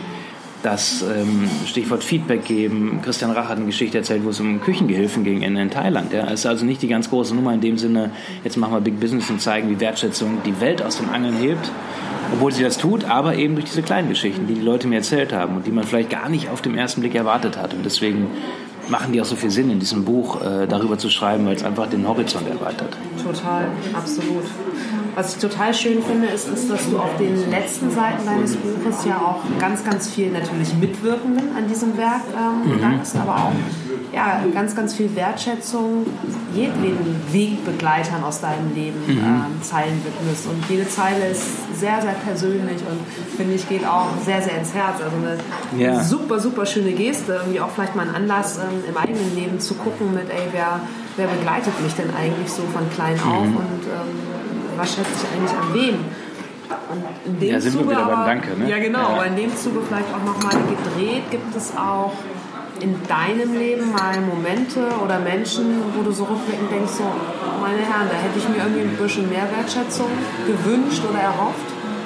Das ähm, Stichwort Feedback geben. Christian Rach hat eine Geschichte erzählt, wo es um Küchengehilfen ging in, in Thailand. Ja? Es ist also nicht die ganz große Nummer in dem Sinne, jetzt machen wir Big Business und zeigen, wie Wertschätzung die Welt aus den Angeln hebt, obwohl sie das tut, aber eben durch diese kleinen Geschichten, die die Leute mir erzählt haben und die man vielleicht gar nicht auf den ersten Blick erwartet hat. Und deswegen machen die auch so viel Sinn, in diesem Buch äh, darüber zu schreiben, weil es einfach den Horizont erweitert. Total, absolut. Was ich total schön finde, ist, ist, dass du auf den letzten Seiten deines Buches ja auch ganz, ganz viel natürlich Mitwirkenden an diesem Werk ähm, mhm. dankst, aber auch ja, ganz, ganz viel Wertschätzung jedweden Wegbegleitern aus deinem Leben mhm. ähm, Zeilen widmest. Und jede Zeile ist sehr, sehr persönlich und finde ich, geht auch sehr, sehr ins Herz. Also eine ja. super, super schöne Geste, irgendwie auch vielleicht mal ein Anlass ähm, im eigenen Leben zu gucken mit, ey, wer, wer begleitet mich denn eigentlich so von klein auf mhm. und ähm, was schätze ich eigentlich an wem? Und in dem ja, sind Zuge wir wieder aber, beim Danke, ne? Ja, genau, ja. aber in dem Zuge vielleicht auch nochmal gedreht, gibt es auch in deinem Leben mal Momente oder Menschen, wo du so rückblickend denkst, so, meine Herren, da hätte ich mir irgendwie ein bisschen mehr Wertschätzung gewünscht oder erhofft?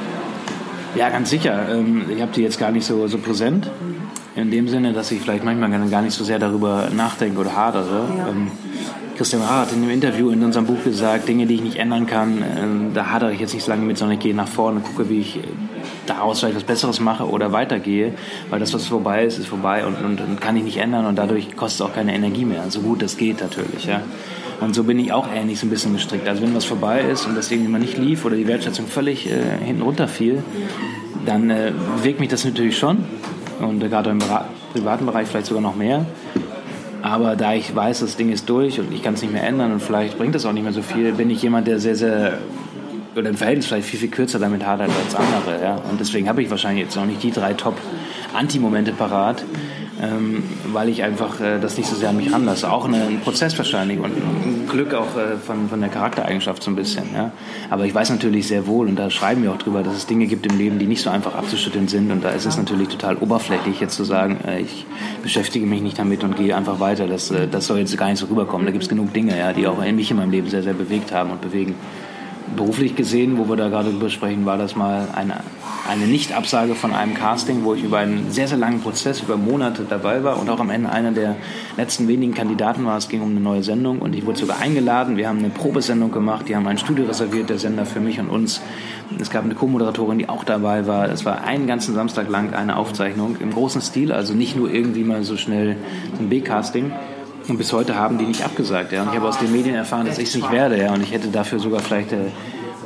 Ja, ganz sicher. Ich habe die jetzt gar nicht so, so präsent. In dem Sinne, dass ich vielleicht manchmal gar nicht so sehr darüber nachdenke oder hadere. Ja. Christian Rach hat in dem Interview in unserem Buch gesagt, Dinge, die ich nicht ändern kann, da hadere ich jetzt nicht so lange mit, sondern ich gehe nach vorne und gucke, wie ich daraus vielleicht was Besseres mache oder weitergehe, weil das, was vorbei ist, ist vorbei und, und, und kann ich nicht ändern und dadurch kostet es auch keine Energie mehr. So gut das geht natürlich, ja. Und so bin ich auch ähnlich so ein bisschen gestrickt. Also wenn was vorbei ist und das irgendwie mal nicht lief oder die Wertschätzung völlig äh, hinten runterfiel, dann äh, bewegt mich das natürlich schon und äh, gerade im privaten Bereich vielleicht sogar noch mehr. Aber da ich weiß, das Ding ist durch und ich kann es nicht mehr ändern und vielleicht bringt das auch nicht mehr so viel, bin ich jemand, der sehr, sehr, oder im Verhältnis vielleicht viel, viel kürzer damit hadert als andere. Ja? Und deswegen habe ich wahrscheinlich jetzt noch nicht die drei Top-Anti-Momente parat, ähm, weil ich einfach äh, das nicht so sehr an mich ranlasse. Auch eine, ein Prozess wahrscheinlich und ein Glück auch äh, von, von der Charaktereigenschaft so ein bisschen. Ja? Aber ich weiß natürlich sehr wohl, und da schreiben wir auch drüber, dass es Dinge gibt im Leben, die nicht so einfach abzuschütteln sind. Und da ist es natürlich total oberflächlich, jetzt zu sagen, äh, ich beschäftige mich nicht damit und gehe einfach weiter. Das, äh, das soll jetzt gar nicht so rüberkommen. Da gibt es genug Dinge, ja, die auch mich in meinem Leben sehr, sehr bewegt haben und bewegen. Beruflich gesehen, wo wir da gerade drüber sprechen, war das mal eine, eine Nicht-Absage von einem Casting, wo ich über einen sehr, sehr langen Prozess, über Monate dabei war und auch am Ende einer der letzten wenigen Kandidaten war. Es ging um eine neue Sendung und ich wurde sogar eingeladen. Wir haben eine Probesendung gemacht, die haben ein Studio reserviert, der Sender für mich und uns. Es gab eine Co-Moderatorin, die auch dabei war. Es war einen ganzen Samstag lang eine Aufzeichnung im großen Stil, also nicht nur irgendwie mal so schnell ein B-Casting. Und bis heute haben die nicht abgesagt. Ja. Und ich habe aus den Medien erfahren, dass ich es nicht werde. Ja. Und ich hätte dafür sogar vielleicht äh,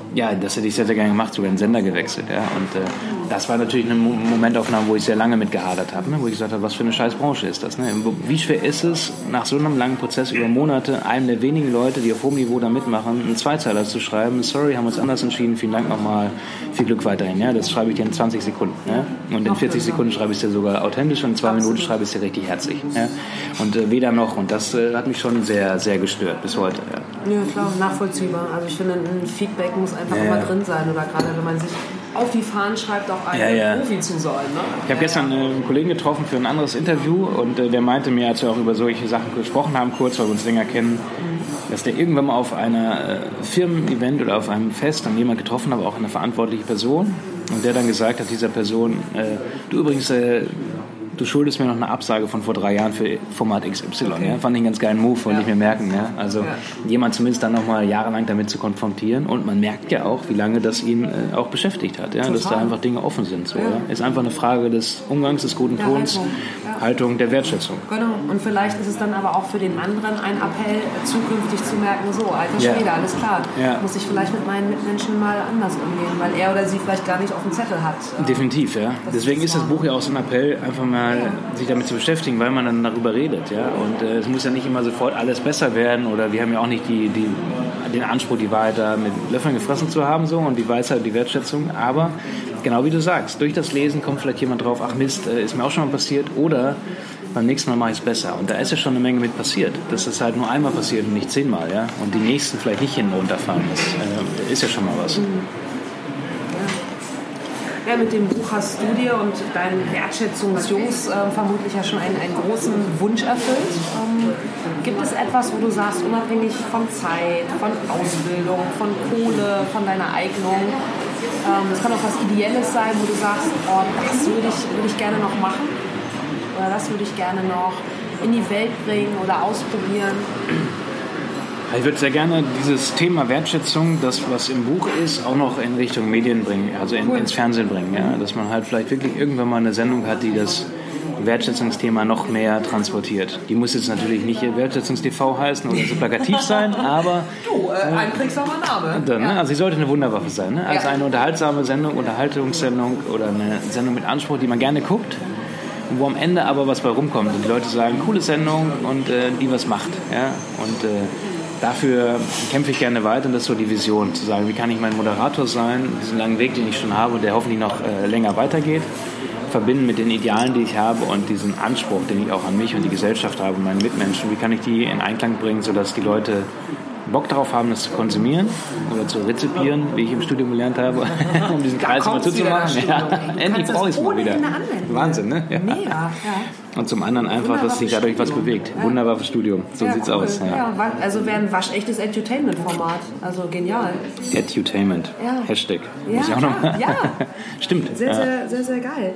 ja, das hätte ich sehr, sehr gerne gemacht, sogar den Sender gewechselt. Ja. Und äh, das war natürlich eine Momentaufnahme, wo ich sehr lange mit gehadert habe, ne? Wo ich gesagt habe, was für eine scheiß Branche ist das? Ne? Wie schwer ist es, nach so einem langen Prozess über Monate, einem der wenigen Leute, die auf hohem Niveau da mitmachen, einen Zweizeiler zu schreiben, sorry, haben uns anders entschieden, vielen Dank nochmal, viel Glück weiterhin. Ja? Das schreibe ich dir in zwanzig Sekunden. Ja? Und in vierzig Sekunden schreibe ich es dir sogar authentisch und in zwei Minuten schreibe ich es dir richtig herzig. Ja? Und äh, weder noch. Und das äh, hat mich schon sehr, sehr gestört bis heute. Ja, ja klar, nachvollziehbar. Also ich finde, ein Feedback muss einfach ja. immer drin sein. Oder gerade wenn man sich auf die Fahnen schreibt, auch einen ja, ja. Profi zu sein. Ne? Ich habe ja, gestern ja. einen Kollegen getroffen für ein anderes Interview und äh, der meinte mir, als wir auch über solche Sachen gesprochen haben, kurz, weil wir uns länger kennen, mhm. dass der irgendwann mal auf einer äh, Firmen-Event oder auf einem Fest dann jemand getroffen hat, auch eine verantwortliche Person, und der dann gesagt hat, dieser Person, äh, du übrigens, äh, du schuldest mir noch eine Absage von vor drei Jahren für Format X Y. Okay. Ja? Fand ich einen ganz geilen Move, wollte ja. ich mir merken. Ja? Also ja. jemand zumindest dann nochmal jahrelang damit zu konfrontieren, und man merkt ja auch, wie lange das ihn äh, auch beschäftigt hat. Ja? Dass da einfach Dinge offen sind. So, ja. Ja? Ist einfach eine Frage des Umgangs, des guten Tons, ja, Haltung. Ja. Haltung, der Wertschätzung. Genau, und vielleicht ist es dann aber auch für den anderen ein Appell, zukünftig zu merken, so, alter Schwede, ja. alles klar, ja. muss ich vielleicht mit meinen Mitmenschen mal anders umgehen, weil er oder sie vielleicht gar nicht auf dem Zettel hat. Definitiv, ja. Deswegen ist das Buch ja auch so ein Appell, einfach mal sich damit zu beschäftigen, weil man dann darüber redet, ja, und äh, es muss ja nicht immer sofort alles besser werden, oder wir haben ja auch nicht die, die, den Anspruch, die Wahrheit da mit Löffeln gefressen zu haben, so, und die Weisheit, die Wertschätzung, aber genau wie du sagst, durch das Lesen kommt vielleicht jemand drauf, ach Mist, äh, ist mir auch schon mal passiert, oder beim nächsten Mal mache ich es besser, und da ist ja schon eine Menge mit passiert, dass das halt nur einmal passiert und nicht zehnmal, ja, und die nächsten vielleicht nicht hinten runterfahren, das äh, ist ja schon mal was. Mhm. Ja, mit dem Buch hast du dir und deinen Wertschätzungsjungs äh, vermutlich ja schon einen, einen großen Wunsch erfüllt. Ähm, gibt es etwas, wo du sagst, unabhängig von Zeit, von Ausbildung, von Kohle, von deiner Eignung, ähm, es kann auch was Ideelles sein, wo du sagst, oh, das würde ich, würde ich gerne noch machen, oder das würde ich gerne noch in die Welt bringen oder ausprobieren? Ich würde sehr gerne dieses Thema Wertschätzung, das was im Buch ist, auch noch in Richtung Medien bringen, also in, ins Fernsehen bringen. Ja? Dass man halt vielleicht wirklich irgendwann mal eine Sendung hat, die das Wertschätzungsthema noch mehr transportiert. Die muss jetzt natürlich nicht Wertschätzungs-T V heißen oder so plakativ sein, aber... Du, äh, ein prägsamer Name. Dann, ne? Also sie sollte eine Wunderwaffe sein. Ne? Also eine unterhaltsame Sendung, Unterhaltungssendung oder eine Sendung mit Anspruch, die man gerne guckt, wo am Ende aber was bei rumkommt und die Leute sagen, coole Sendung, und äh, die was macht. Ja? Und äh, dafür kämpfe ich gerne weiter, und das ist so die Vision, zu sagen, wie kann ich mein Moderator sein, diesen langen Weg, den ich schon habe und der hoffentlich noch äh, länger weitergeht, verbinden mit den Idealen, die ich habe, und diesen Anspruch, den ich auch an mich und die Gesellschaft habe und meinen Mitmenschen, wie kann ich die in Einklang bringen, sodass die Leute Bock darauf haben, das zu konsumieren oder zu rezipieren, wie ich im Studium gelernt habe, um diesen Kreis immer zuzumachen. Ja. Endlich brauche ich es mal wieder. Wahnsinn, ne? Ja. Mega, ja. Und zum anderen einfach, dass sich dadurch was bewegt. Ja. Wunderbares Studium, so ja, sieht's cool. aus. Ja. Ja, also wäre ein waschechtes Edutainment-Format, also genial. Edutainment, ja. Hashtag. Ja, Muss ich auch noch mal. Ja. Stimmt. Sehr, sehr, sehr, sehr geil.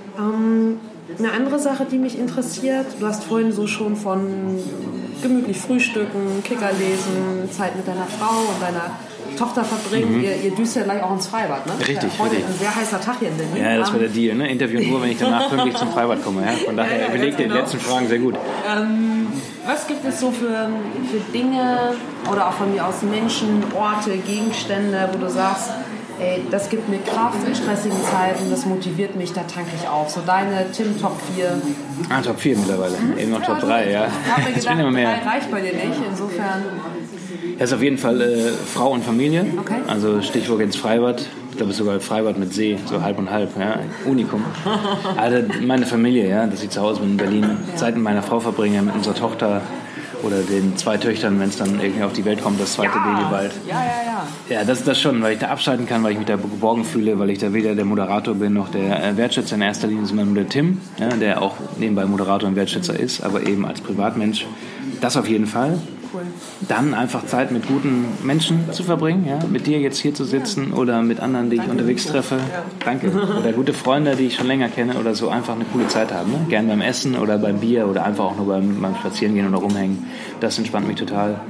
Ähm, eine andere Sache, die mich interessiert, du hast vorhin so schon von gemütlich frühstücken, Kicker lesen, Zeit mit deiner Frau und deiner Tochter verbringen. Mhm. Ihr, ihr düst ja gleich auch ins Freibad, ne? Richtig, ja, heute richtig. Ein sehr heißer Tag hier in Berlin. Ja, das war der Deal, ne? Interview nur, wenn ich danach pünktlich zum Freibad komme. Ja? Von daher ja, ja, überlegt ihr genau. Die letzten Fragen sehr gut. Ähm, was gibt es so für, für Dinge oder auch von mir aus Menschen, Orte, Gegenstände, wo du sagst, ey, das gibt mir Kraft in stressigen Zeiten, das motiviert mich, da tanke ich auf. So deine Tim Top vier. Ah, Top vier mittlerweile. Mhm. Eben noch Top drei, ja. Ich habe mir gedacht, drei reicht bei dir nicht, insofern... Das ist auf jeden Fall äh, Frau und Familie. Okay. Also Stichwort ins Freibad. Ich glaube, es ist sogar Freibad mit See, so halb und halb. Ja. Unikum. Also meine Familie, ja, dass ich zu Hause bin in Berlin, ja. Zeit mit meiner Frau verbringe, mit unserer Tochter oder den zwei Töchtern, wenn es dann irgendwie auf die Welt kommt, das zweite ja. Baby bald. Ja, ja, ja. Ja, das ist das schon, weil ich da abschalten kann, weil ich mich da geborgen fühle, weil ich da weder der Moderator bin, noch der Wertschätzer in erster Linie, sondern nur der Tim, ja, der auch nebenbei Moderator und Wertschätzer ist, aber eben als Privatmensch. Das auf jeden Fall. Cool. Dann einfach Zeit mit guten Menschen zu verbringen, ja? Mit dir jetzt hier zu sitzen oder mit anderen, die ich Danke, unterwegs Nico. treffe. Ja. Danke. Oder gute Freunde, die ich schon länger kenne oder so, einfach eine coole Zeit haben. Ne? Gern beim Essen oder beim Bier oder einfach auch nur beim, beim Spazierengehen oder rumhängen. Das entspannt mich total.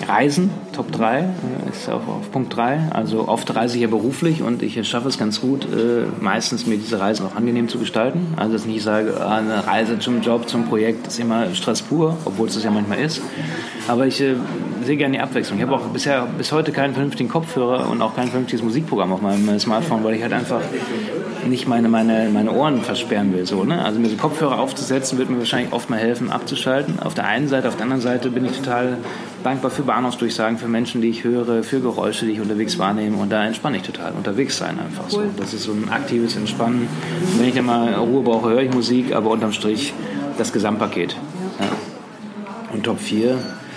Reisen, Top drei, ist auch auf Punkt drei. Also oft reise ich ja beruflich und ich schaffe es ganz gut, meistens mir diese Reisen auch angenehm zu gestalten. Also dass ich nicht sage, eine Reise zum Job, zum Projekt ist immer Stress pur, obwohl es das ja manchmal ist. Aber ich sehe gerne die Abwechslung. Ich habe auch bisher bis heute keinen vernünftigen Kopfhörer und auch kein vernünftiges Musikprogramm auf meinem Smartphone, weil ich halt einfach nicht meine, meine, meine Ohren versperren will. So, ne? Also mir so Kopfhörer aufzusetzen, wird mir wahrscheinlich oft mal helfen, abzuschalten. Auf der einen Seite, auf der anderen Seite bin ich total dankbar für Bahnhofsdurchsagen, für Menschen, die ich höre, für Geräusche, die ich unterwegs wahrnehme. Und da entspanne ich total. Unterwegs sein einfach so. Das ist so ein aktives Entspannen. Wenn ich dann mal Ruhe brauche, höre ich Musik, aber unterm Strich das Gesamtpaket. Ja. Und Top vier,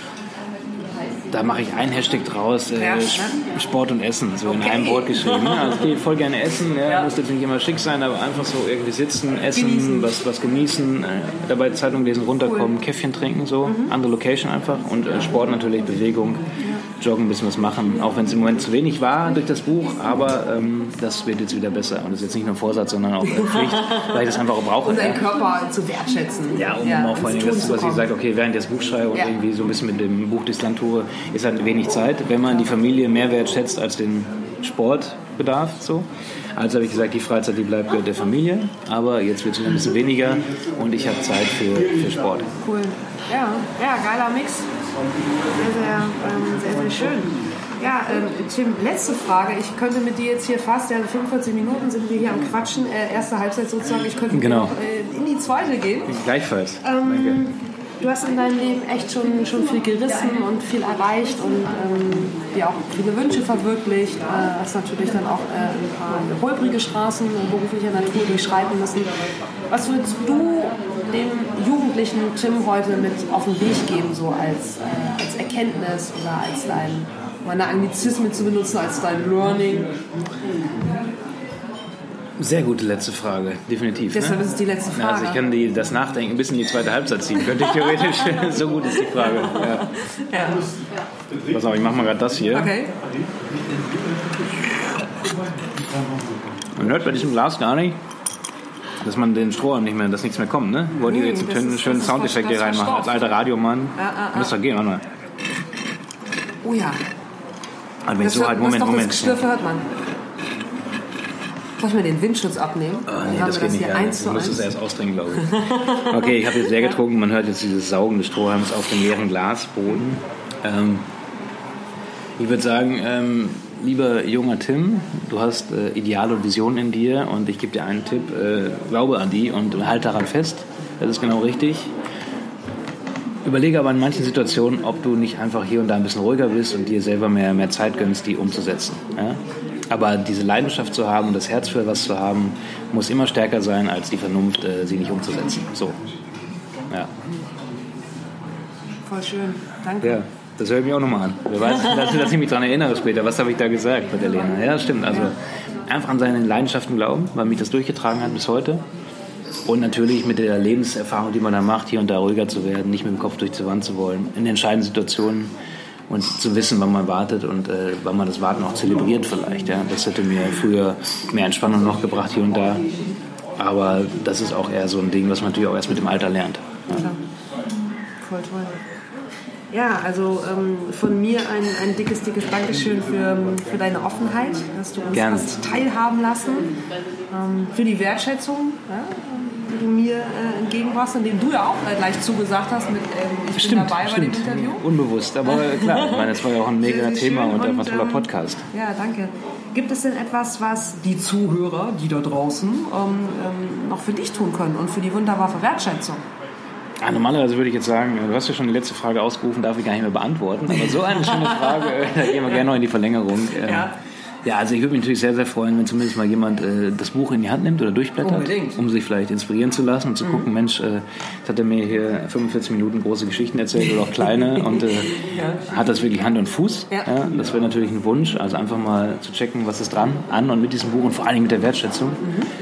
da mache ich ein Hashtag draus, äh, ja, Sport und Essen, so okay. In einem Wort geschrieben. Also ich gehe voll gerne essen, ja, ja. Muss jetzt nicht immer schick sein, aber einfach so irgendwie sitzen, essen, genießen. Was, was genießen, äh, dabei Zeitung lesen, runterkommen, cool. Käffchen trinken, so, mhm. Andere Location einfach und äh, Sport natürlich, Bewegung, ja. Joggen, ein bisschen was machen, auch wenn es im Moment zu wenig war durch das Buch, aber ähm, das wird jetzt wieder besser und das ist jetzt nicht nur Vorsatz, sondern auch äh, Pflicht, weil ich das einfach auch brauche. Und seinen Körper zu wertschätzen. Ja, um ja, auch vor allem das, was ich sage, okay, während ich das Buch schreibe und ja. irgendwie so ein bisschen mit dem Buch durchs Land tue, ist halt wenig Zeit, wenn man die Familie mehr wertschätzt als den Sportbedarf. So. Also habe ich gesagt, die Freizeit, die bleibt der Familie, aber jetzt wird es wieder ein bisschen weniger und ich habe Zeit für, für Sport. Cool. Ja, ja, geiler Mix. Sehr, sehr, ähm, sehr, sehr schön. Ja, ähm, Tim, letzte Frage. Ich könnte mit dir jetzt hier fast, ja, fünfundvierzig Minuten sind wir hier am Quatschen, äh, erste Halbzeit sozusagen, ich könnte genau. noch äh, in die zweite gehen. Gleichfalls. Ähm, Danke. Du hast in deinem Leben echt schon, schon viel gerissen und viel erreicht und ähm, dir auch viele Wünsche verwirklicht. Äh, hast natürlich dann auch äh, ein paar holprige Straßen beruflicher Natur durchschreiten müssen. Was würdest du dem jugendlichen Tim heute mit auf den Weg geben, so als, äh, als Erkenntnis oder als dein, meine Anglizismen zu benutzen, als dein Learning? Sehr gute letzte Frage, definitiv. Deshalb ne? ist es die letzte Frage. Also ich kann die, das Nachdenken bis in die zweite Halbzeit ziehen. Könnte ich theoretisch. So gut ist die Frage. Ja. Ja. Pass auf, ich mache mal gerade das hier. Okay. Man hört bei diesem Glas gar nicht, dass man den Strohhalm nicht mehr, dass nichts mehr kommt. Ne? Wollt ihr nee, jetzt einen ist, schönen Soundeffekt hier reinmachen? Als alter Radiomann. Ah, ah, ah. Müsste doch gehen, warte mal. Oh ja. Also wenn das so halt, Moment, das Moment. Das Geschlürfe hört man. Soll ich mir den Windschutz abnehmen? Oh, nee, das geht das nicht. Ja, ich muss es erst ausdrängen, glaube ich. Okay, ich habe jetzt leer getrunken. Man hört jetzt dieses Saugen des Strohhalms auf dem leeren Glasboden. Ähm, ich würde sagen, ähm, lieber junger Tim, du hast äh, Ideale und Visionen in dir und ich gebe dir einen Tipp. Äh, glaube an die und halt daran fest. Das ist genau richtig. Überlege aber in manchen Situationen, ob du nicht einfach hier und da ein bisschen ruhiger bist und dir selber mehr, mehr Zeit gönnst, die umzusetzen. Ja? Aber diese Leidenschaft zu haben und das Herz für was zu haben, muss immer stärker sein, als die Vernunft, äh, sie nicht umzusetzen. So. Ja. Voll schön. Danke. Ja, das höre ich mir auch nochmal an. Wer weiß, dass, dass ich mich daran erinnere später. Was habe ich da gesagt bei der Lena? Ja, das stimmt. Also einfach an seine Leidenschaften glauben, weil mich das durchgetragen hat bis heute. Und natürlich mit der Lebenserfahrung, die man da macht, hier und da ruhiger zu werden, nicht mit dem Kopf durch die Wand zu wollen, in entscheidenden Situationen und zu wissen, wann man wartet und äh, wann man das Warten auch zelebriert vielleicht. Ja. Das hätte mir früher mehr Entspannung noch gebracht hier und da. Aber das ist auch eher so ein Ding, was man natürlich auch erst mit dem Alter lernt. Ja. Klar. Voll toll. Ja, also ähm, von mir ein, ein dickes, dickes Dankeschön für, für deine Offenheit, dass du uns hast teilhaben lassen, ähm, für die Wertschätzung, ja, die du mir äh, entgegenbracht, indem du ja auch äh, gleich zugesagt hast mit ähm, ich stimmt, bin dabei stimmt. bei dem Interview. Unbewusst, aber klar, ich meine, das war ja auch ein mega Thema und, und einfach ein toller ähm, Podcast. Ja, danke. Gibt es denn etwas, was die Zuhörer, die da draußen, ähm, ähm, noch für dich tun können und für die wunderbare Wertschätzung? Ja, normalerweise würde ich jetzt sagen, du hast ja schon die letzte Frage ausgerufen, darf ich gar nicht mehr beantworten, aber so eine schöne Frage, da gehen wir gerne noch in die Verlängerung. Ja. Ja, also ich würde mich natürlich sehr, sehr freuen, wenn zumindest mal jemand äh, das Buch in die Hand nimmt oder durchblättert, Unbedingt. um sich vielleicht inspirieren zu lassen und zu mhm. gucken, Mensch, äh, jetzt hat er mir hier fünfundvierzig Minuten große Geschichten erzählt oder auch kleine und äh, ja. hat das wirklich Hand und Fuß. Ja. Ja, das wäre natürlich ein Wunsch, also einfach mal zu checken, was ist dran, an und mit diesem Buch und vor allen Dingen mit der Wertschätzung. Mhm.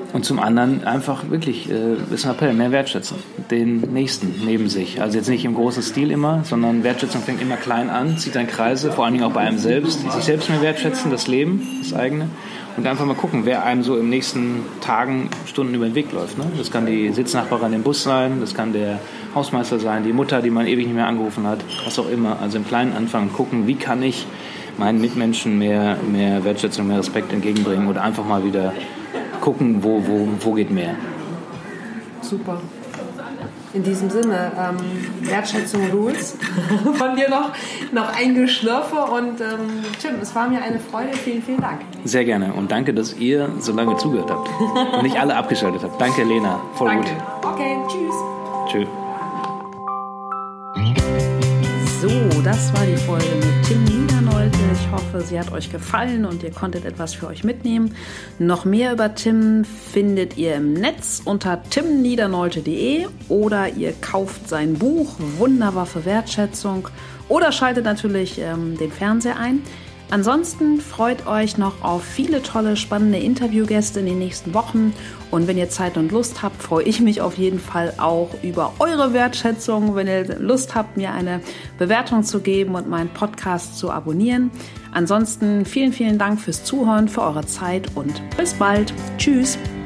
Und zum anderen einfach wirklich, äh, ist ein Appell, mehr wertschätzen, den Nächsten neben sich. Also jetzt nicht im großen Stil immer, sondern Wertschätzung fängt immer klein an, zieht dann Kreise, vor allen Dingen auch bei einem selbst. Sich selbst mehr wertschätzen, das Leben, das eigene. Und einfach mal gucken, wer einem so in den nächsten Tagen, Stunden über den Weg läuft. Ne? Das kann die Sitznachbarin im Bus sein, das kann der Hausmeister sein, die Mutter, die man ewig nicht mehr angerufen hat, was auch immer. Also im Kleinen anfangen, gucken, wie kann ich meinen Mitmenschen mehr, mehr Wertschätzung, mehr Respekt entgegenbringen oder einfach mal wieder gucken, wo, wo, wo geht mehr. Super. In diesem Sinne, ähm, Wertschätzung rules. Von dir noch, noch ein Geschlürfe und ähm, Tim, es war mir eine Freude. Vielen, vielen Dank. Sehr gerne und danke, dass ihr so lange zugehört habt und nicht alle abgeschaltet habt. Danke, Lena. Voll danke. Gut. Okay, tschüss. Tschüss. So, das war die Folge mit Tim Niedernolte. Ich hoffe, sie hat euch gefallen und ihr konntet etwas für euch mitnehmen. Noch mehr über Tim findet ihr im Netz unter tim niedernolte punkt de oder ihr kauft sein Buch Wunderwaffe Wertschätzung oder schaltet natürlich ähm, den Fernseher ein. Ansonsten freut euch noch auf viele tolle, spannende Interviewgäste in den nächsten Wochen. Und wenn ihr Zeit und Lust habt, freue ich mich auf jeden Fall auch über eure Wertschätzung, wenn ihr Lust habt, mir eine Bewertung zu geben und meinen Podcast zu abonnieren. Ansonsten vielen, vielen Dank fürs Zuhören, für eure Zeit und bis bald. Tschüss!